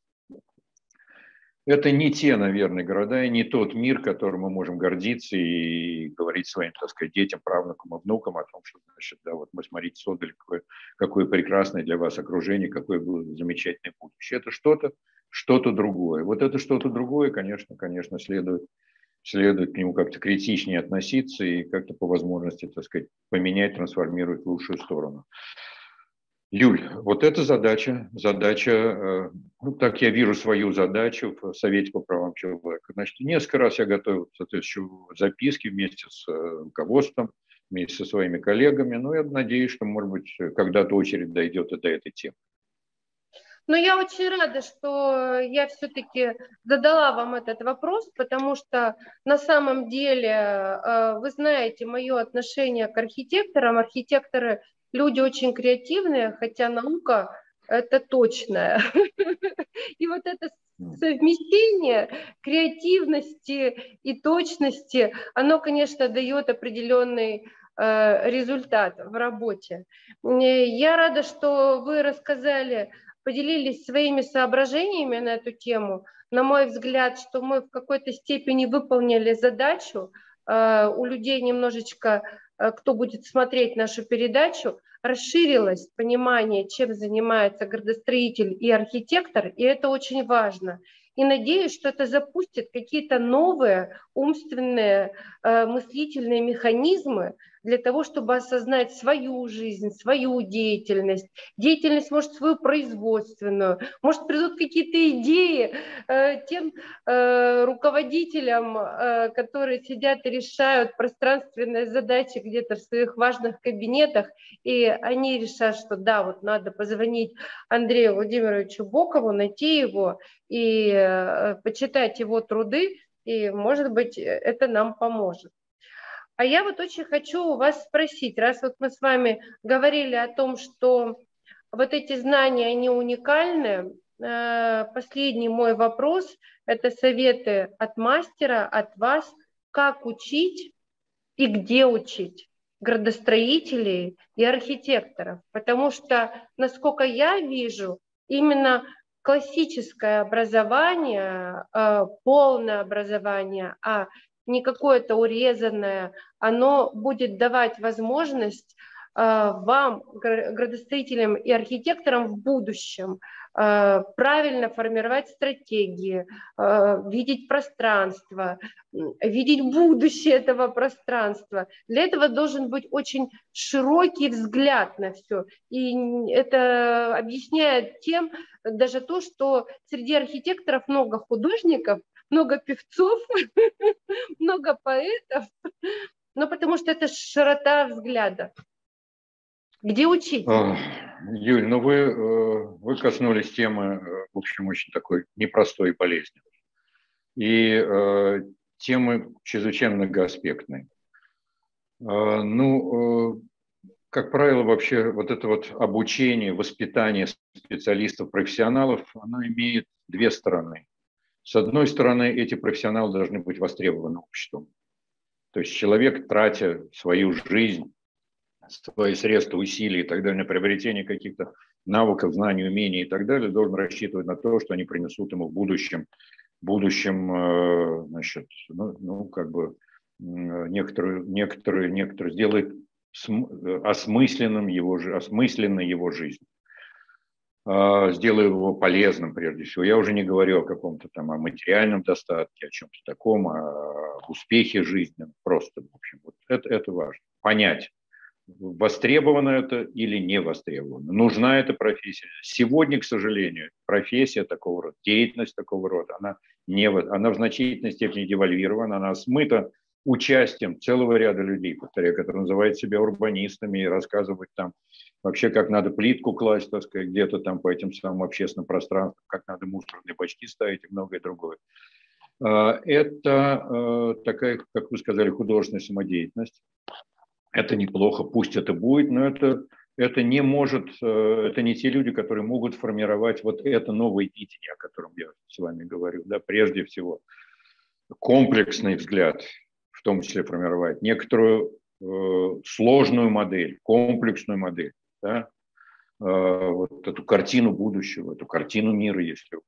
Это не те, наверное, города и не тот мир, которым мы можем гордиться и говорить своим, так сказать, детям, правнукам и внукам о том, что, значит, да, вот мы, смотрите, создали какое, какое прекрасное для вас окружение, какое было замечательное будущее. Это что-то, что-то другое. Вот это что-то другое, конечно, конечно, следует, следует к нему как-то критичнее относиться и как-то по возможности, так сказать, поменять, трансформировать в лучшую сторону. Юль, вот эта задача, задача, ну, так я вижу свою задачу в Совете по правам человека. Значит, несколько раз я готовил соответствующие записки вместе с руководством, вместе со своими коллегами. Ну, я надеюсь, что, может быть, когда-то очередь дойдет и до этой темы. Но я очень рада, что я все-таки задала вам этот вопрос, потому что на самом деле, вы знаете, мое отношение к архитекторам. Архитекторы – люди очень креативные, хотя наука – это точная. И вот это совмещение креативности и точности, оно, конечно, дает определенный результат в работе. Я рада, что вы рассказали, поделились своими соображениями на эту тему. На мой взгляд, что мы в какой-то степени выполнили задачу. У людей немножечко, кто будет смотреть нашу передачу, расширилось понимание, чем занимается градостроитель и архитектор, и это очень важно. И надеюсь, что это запустит какие-то новые умственные, э, мыслительные механизмы для того, чтобы осознать свою жизнь, свою деятельность, деятельность, может, свою производственную, может, придут какие-то идеи э, тем э, руководителям, э, которые сидят и решают пространственные задачи где-то в своих важных кабинетах, и они решат, что да, вот надо позвонить Андрею Владимировичу Бокову, найти его и э, почитать его труды, и, может быть, это нам поможет. А я вот очень хочу у вас спросить, раз вот мы с вами говорили о том, что вот эти знания, они уникальны, э, последний мой вопрос – это советы от мастера, от вас, как учить и где учить градостроителей и архитекторов. Потому что, насколько я вижу, именно классическое образование, э, полное образование, а не какое-то урезанное, оно будет давать возможность э, вам, градостроителям и архитекторам в будущем, э, правильно формировать стратегии, э, видеть пространство, видеть будущее этого пространства. Для этого должен быть очень широкий взгляд на все. И это объясняет тем, даже то, что среди архитекторов много художников, много певцов, много поэтов, но потому что это широта взгляда. Где учить? Юль, ну вы, вы коснулись темы, в общем, очень такой непростой и болезненной. И темы чрезвычайно многоаспектной. Ну, как правило, вообще вот это вот обучение, воспитание специалистов, профессионалов, оно имеет две стороны. С одной стороны, эти профессионалы должны быть востребованы обществом. То есть человек, тратя свою жизнь, свои средства, усилия и так далее на приобретение каких-то навыков, знаний, умений и так далее, должен рассчитывать на то, что они принесут ему в будущем, в будущем, значит, ну, ну как бы некоторую, некоторую, некоторую сделает осмысленным его, осмысленной его жизнь. Сделаю его полезным прежде всего. Я уже не говорю о каком-то там о материальном достатке, о чем-то таком, о успехе жизненном. Просто, в общем, вот это, это важно. Понять, востребовано это или не востребовано. Нужна эта профессия. Сегодня, к сожалению, профессия такого рода, деятельность такого рода, она, не, она в значительной степени девальвирована, она смыта участием целого ряда людей, повторяю, которые называют себя урбанистами и рассказывают там вообще, как надо плитку класть, так сказать, где-то там по этим самым общественным пространствам, как надо мусорные бачки ставить и многое другое. Это такая, как вы сказали, художественная самодеятельность. Это неплохо, пусть это будет, но это, это не может, это не те люди, которые могут формировать вот это новое видение, о котором я с вами говорю, да, прежде всего. Комплексный взгляд, в том числе формировать некоторую э, сложную модель, комплексную модель, да, э, вот эту картину будущего, эту картину мира, если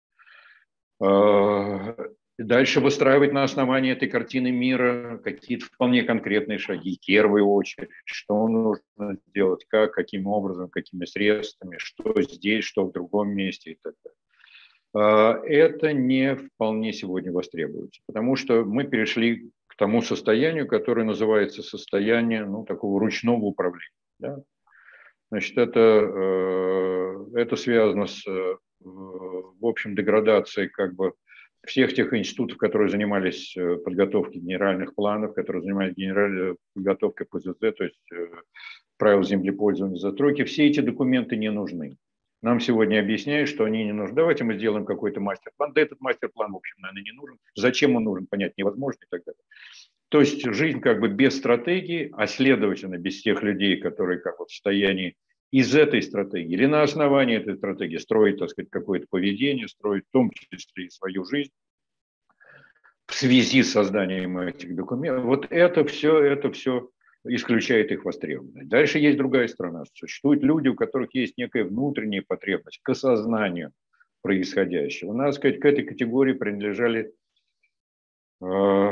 угодно. Э, дальше выстраивать на основании этой картины мира какие-то вполне конкретные шаги. В первую очередь, что нужно сделать, как, каким образом, какими средствами, что здесь, что в другом месте и так далее. Это не вполне сегодня востребуется, потому что мы перешли к тому состоянию, которое называется состояние, ну, такого ручного управления. Да? Значит, это, это связано с, в общем, деградацией как бы всех тех институтов, которые занимались подготовкой генеральных планов, которые занимались генеральной подготовкой ПЗЗ, то есть правил землепользования, застройки. Все эти документы не нужны. Нам сегодня объясняют, что они не нужны. Давайте мы сделаем какой-то мастер-план. Да этот мастер-план, в общем, наверное, не нужен. Зачем он нужен, понять невозможно и так далее. То есть жизнь как бы без стратегии, а следовательно без тех людей, которые как бы в состоянии из этой стратегии или на основании этой стратегии строить, так сказать, какое-то поведение, строить в том числе и свою жизнь в связи с созданием этих документов. Вот это все, это все исключает их востребованность. Дальше есть другая сторона. Существуют люди, у которых есть некая внутренняя потребность к осознанию происходящего. Надо сказать, к этой категории принадлежали э,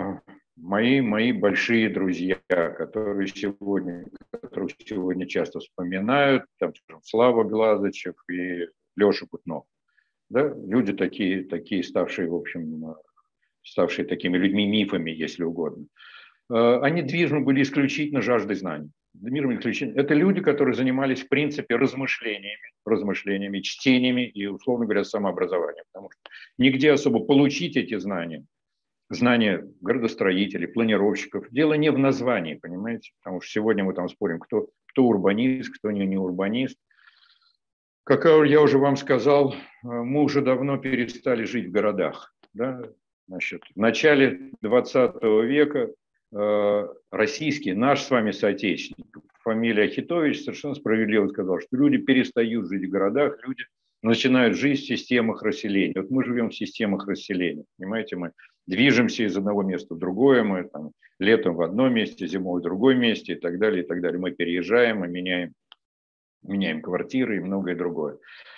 мои, мои большие друзья, которые сегодня, которых сегодня часто вспоминают, там, скажем, Слава Глазычев и Леша Путнов. Да? Люди такие, такие ставшие, в общем, ставшие такими людьми-мифами, если угодно. Они движимы были исключительно жаждой знаний. Это люди, которые занимались, в принципе, размышлениями, размышлениями, чтениями и, условно говоря, самообразованием. Потому что нигде особо получить эти знания, знания градостроителей, планировщиков, дело не в названии, понимаете? Потому что сегодня мы там спорим, кто, кто урбанист, кто не, не урбанист. Как я уже вам сказал, мы уже давно перестали жить в городах. Да? Значит, в начале двадцатого века э, российский, наш с вами соотечественник, фамилия Ахитович, совершенно справедливо сказал, что люди перестают жить в городах, люди начинают жить в системах расселения. Вот мы живем в системах расселения, понимаете, мы движемся из одного места в другое, мы там, летом в одном месте, зимой в другом месте и так далее, и так далее. Мы переезжаем, мы меняем, меняем квартиры и многое другое.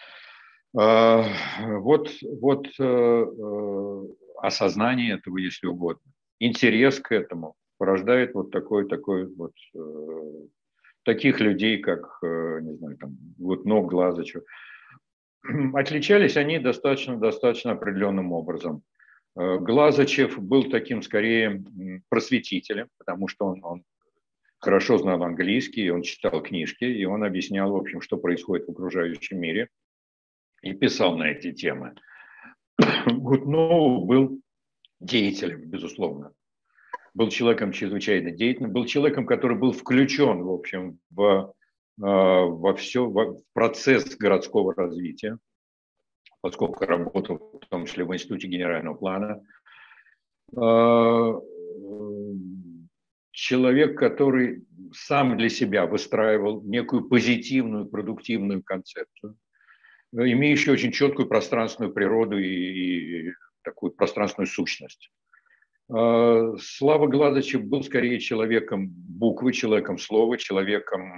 Вот, вот осознание этого, если угодно, интерес к этому порождает вот такой, такой вот таких людей, как, не знаю, там, вот Ног, Глазычев. Отличались они достаточно, достаточно определенным образом. Глазычев был таким, скорее, просветителем, потому что он, он хорошо знал английский, он читал книжки, и он объяснял, в общем, что происходит в окружающем мире, и писал на эти темы. Гутнов был деятелем, безусловно. Был человеком чрезвычайно деятельным, был человеком, который был включен, в общем, в, во все, в процесс городского развития, поскольку работал в том числе в Институте генерального плана. Человек, который сам для себя выстраивал некую позитивную, продуктивную концепцию, имеющую очень четкую пространственную природу и, и такую пространственную сущность. Слава Глазычев был скорее человеком буквы, человеком слова, человеком,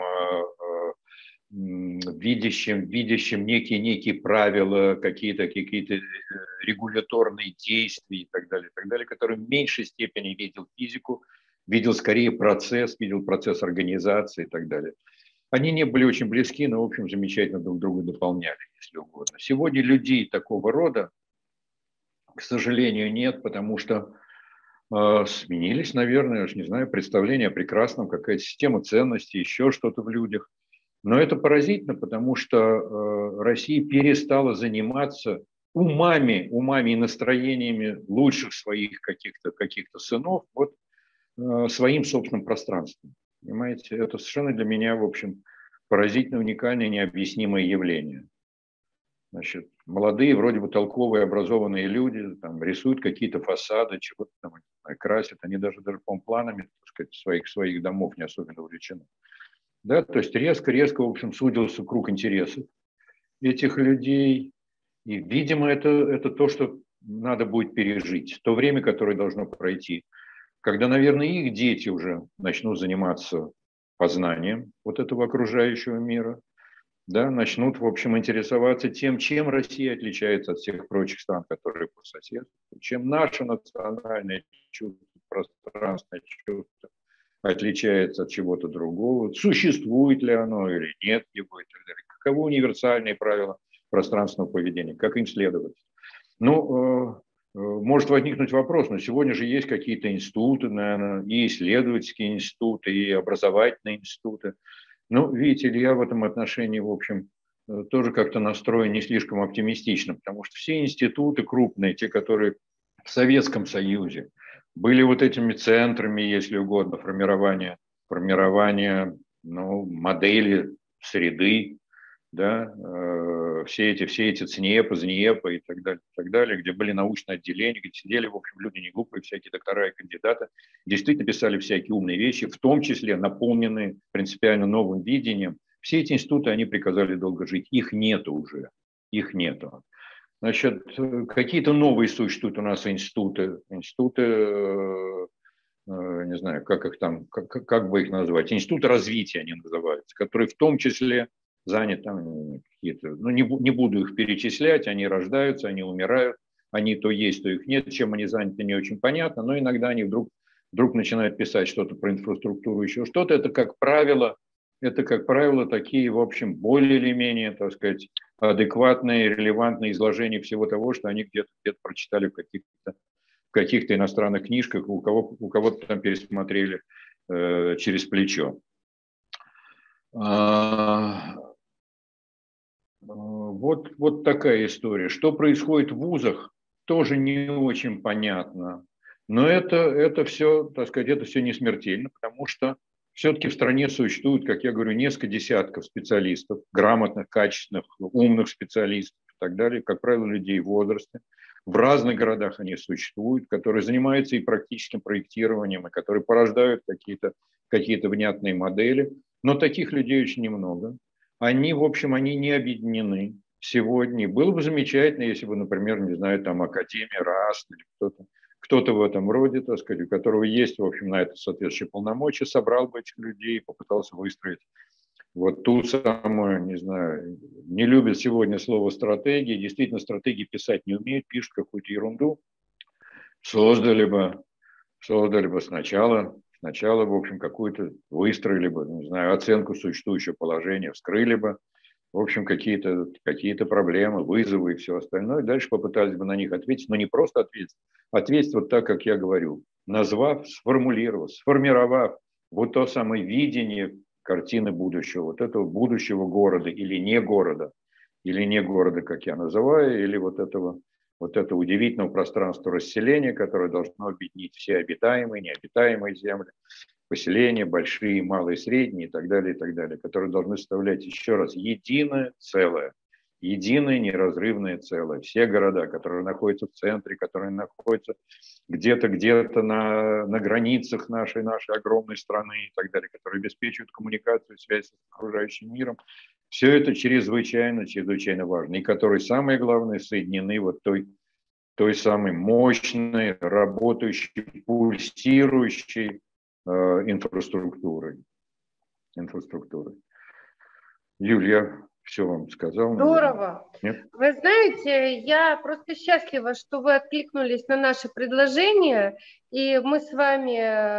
видящим, видящим некие, некие правила, какие-то какие-то регуляторные действия и так далее, и так далее, который в меньшей степени видел физику, видел скорее процесс, видел процесс организации и так далее. Они не были очень близки, но, в общем, замечательно друг друга дополняли, если угодно. Сегодня людей такого рода, к сожалению, нет, потому что э, сменились, наверное, я уж не знаю, представления о прекрасном, какая-то система ценностей, еще что-то в людях. Но это поразительно, потому что э, Россия перестала заниматься умами, умами и настроениями лучших своих каких-то каких-то сынов вот, э, своим собственным пространством. Понимаете, это совершенно для меня, в общем, поразительно уникальное, необъяснимое явление. Значит, молодые, вроде бы толковые, образованные люди там, рисуют какие-то фасады, чего-то там красят. Они даже, даже по планами, так сказать, своих, своих домов не особенно увлечены. Да, то есть резко-резко, в общем, сузился круг интересов этих людей. И, видимо, это, это то, что надо будет пережить. То время, которое должно пройти. Когда, наверное, их дети уже начнут заниматься познанием вот этого окружающего мира, да, начнут, в общем, интересоваться тем, чем Россия отличается от всех прочих стран, которые по соседству, чем наше национальное чувство, пространственное чувство отличается от чего-то другого, существует ли оно или нет его и так далее. Каковы универсальные правила пространственного поведения, как им следовать. Ну, может возникнуть вопрос, но сегодня же есть какие-то институты, наверное, и исследовательские институты, и образовательные институты. Ну, видите ли, я в этом отношении, в общем, тоже как-то настроен не слишком оптимистично, потому что все институты крупные, те, которые в Советском Союзе, были вот этими центрами, если угодно, формирования, формирования ну, модели среды, да, э, все эти, все эти ЦНЕПы, ЗНЕПы и так далее, и так далее, где были научные отделения, где сидели, в общем, люди не глупые, всякие доктора и кандидаты, действительно писали всякие умные вещи, в том числе наполненные принципиально новым видением. Все эти институты, они приказали долго жить. Их нету уже, их нету. Значит, какие-то новые существуют у нас институты, институты, э, э, не знаю, как их там, как, как бы их назвать, институты развития они называются, которые в том числе заняты там какие-то, ну не, не буду их перечислять, они рождаются, они умирают, они то есть, то их нет, чем они заняты, не очень понятно, но иногда они вдруг вдруг начинают писать что-то про инфраструктуру, еще что-то, это, как правило, это, как правило, такие, в общем, более или менее, так сказать, адекватные, релевантные изложения всего того, что они где-то где прочитали в каких-то в каких-то иностранных книжках, у кого у кого-то там пересмотрели э, через плечо. А, вот, вот такая история. Что происходит в вузах, тоже не очень понятно. Но это, это все, так сказать, это все не смертельно, потому что все-таки в стране существует, как я говорю, несколько десятков специалистов, грамотных, качественных, умных специалистов и так далее, как правило, людей в возрасте. В разных городах они существуют, которые занимаются и практическим проектированием, и которые порождают какие-то какие-то внятные модели. Но таких людей очень немного. Они, в общем, они не объединены сегодня. Было бы замечательно, если бы, например, не знаю, там Академия РАСТ или кто-то, кто-то в этом роде, так сказать, у которого есть, в общем, на это соответствующие полномочия, собрал бы этих людей и попытался выстроить вот ту самую, не знаю, не любят сегодня слово стратегии, действительно стратегии писать не умеют, пишут какую-то ерунду, создали бы, создали бы сначала, сначала, в общем, какую-то выстроили бы, не знаю, оценку существующего положения, вскрыли бы, в общем, какие-то какие-то проблемы, вызовы и все остальное. Дальше попытались бы на них ответить, но не просто ответить, ответить вот так, как я говорю, назвав, сформулировав, сформировав вот то самое видение картины будущего, вот этого будущего города или не города, или не города, как я называю, или вот этого, вот этого удивительного пространства расселения, которое должно объединить все обитаемые, необитаемые земли, поселения, большие, малые, средние и так далее, и так далее, которые должны составлять, еще раз, единое целое, единое неразрывное целое. Все города, которые находятся в центре, которые находятся где-то, где-то на, на границах нашей, нашей огромной страны и так далее, которые обеспечивают коммуникацию, связь с окружающим миром, все это чрезвычайно, чрезвычайно важно. И которые, самое главное, соединены вот той, той самой мощной, работающей, пульсирующей инфраструктурой. инфраструктурой. Юль, я все вам сказал. Здорово. Нет? Вы знаете, я просто счастлива, что вы откликнулись на наше предложение, и мы с вами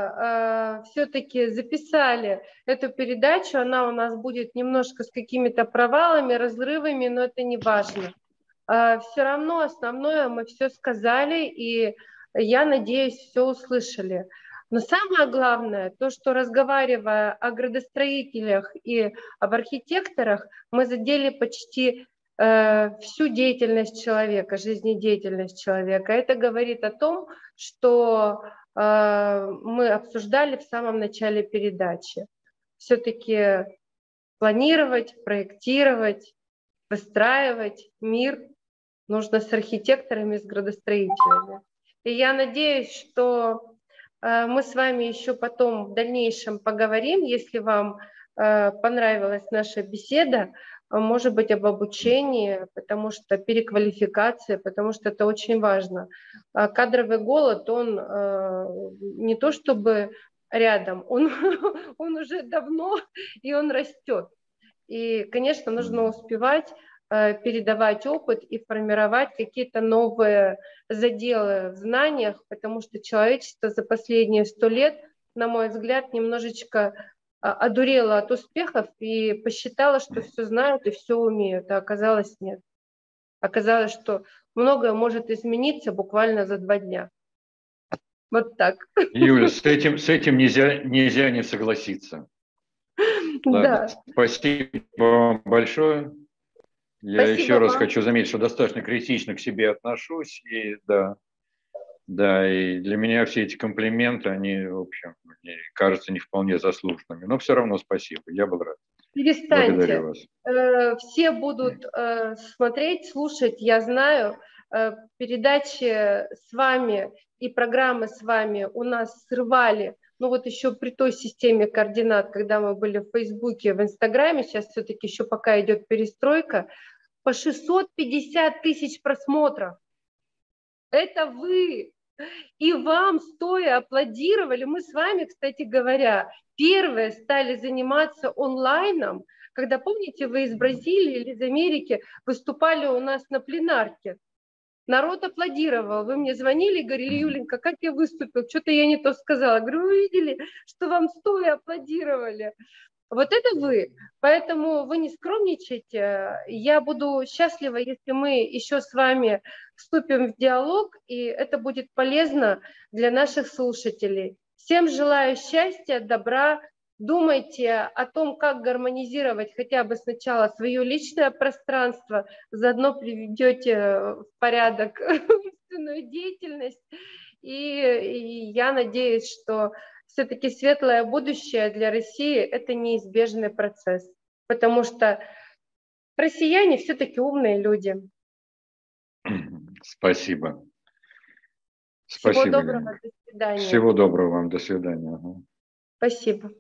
э, все-таки записали эту передачу. Она у нас будет немножко с какими-то провалами, разрывами, но это не важно. Э, все равно основное мы все сказали, и я надеюсь, все услышали. Но самое главное, то, что разговаривая о градостроителях и об архитекторах, мы задели почти э, всю деятельность человека, жизнедеятельность человека. Это говорит о том, что э, мы обсуждали в самом начале передачи. Все-таки планировать, проектировать, выстраивать мир нужно с архитекторами, с градостроителями. И я надеюсь, что мы с вами еще потом в дальнейшем поговорим, если вам понравилась наша беседа, может быть, об обучении, потому что переквалификация, потому что это очень важно. Кадровый голод, он не то чтобы рядом, он, он уже давно, и он растет. И, конечно, нужно успевать передавать опыт и формировать какие-то новые заделы в знаниях, потому что человечество за последние сто лет, на мой взгляд, немножечко одурело от успехов и посчитало, что все знают и все умеют, а оказалось нет. Оказалось, что многое может измениться буквально за два дня. Вот так. Юля, с этим, с этим нельзя, нельзя не согласиться. Ладно, да. Спасибо вам большое. Я Спасибо еще раз вам. хочу заметить, что достаточно критично к себе отношусь, и да, да, и для меня все эти комплименты, они, в общем, мне кажутся не вполне заслуженными, но все равно спасибо, я был рад. Перестаньте. Благодарю вас. Все будут смотреть, слушать, я знаю, передачи с вами и программы с вами у нас срывали. Ну вот еще при той системе координат, когда мы были в Фейсбуке, в Инстаграме, сейчас все-таки еще пока идет перестройка, по шестьсот пятьдесят тысяч просмотров. Это вы. И вам стоя аплодировали. Мы с вами, кстати говоря, первые стали заниматься онлайном, когда, помните, вы из Бразилии или из Америки выступали у нас на пленарке. Народ аплодировал. Вы мне звонили, говорили: Юленька, как я выступил? Что-то я не то сказала. Говорю: вы видели, что вам стоя аплодировали? Вот это вы. Поэтому вы не скромничайте. Я буду счастлива, если мы еще с вами вступим в диалог, и это будет полезно для наших слушателей. Всем желаю счастья, добра. Думайте о том, как гармонизировать хотя бы сначала свое личное пространство, заодно приведете в порядок умственную деятельность. И, и я надеюсь, что все-таки светлое будущее для России – это неизбежный процесс, потому что россияне все-таки умные люди. Спасибо. Всего Спасибо, доброго, Лена. до свидания. Всего доброго вам, до свидания. Спасибо.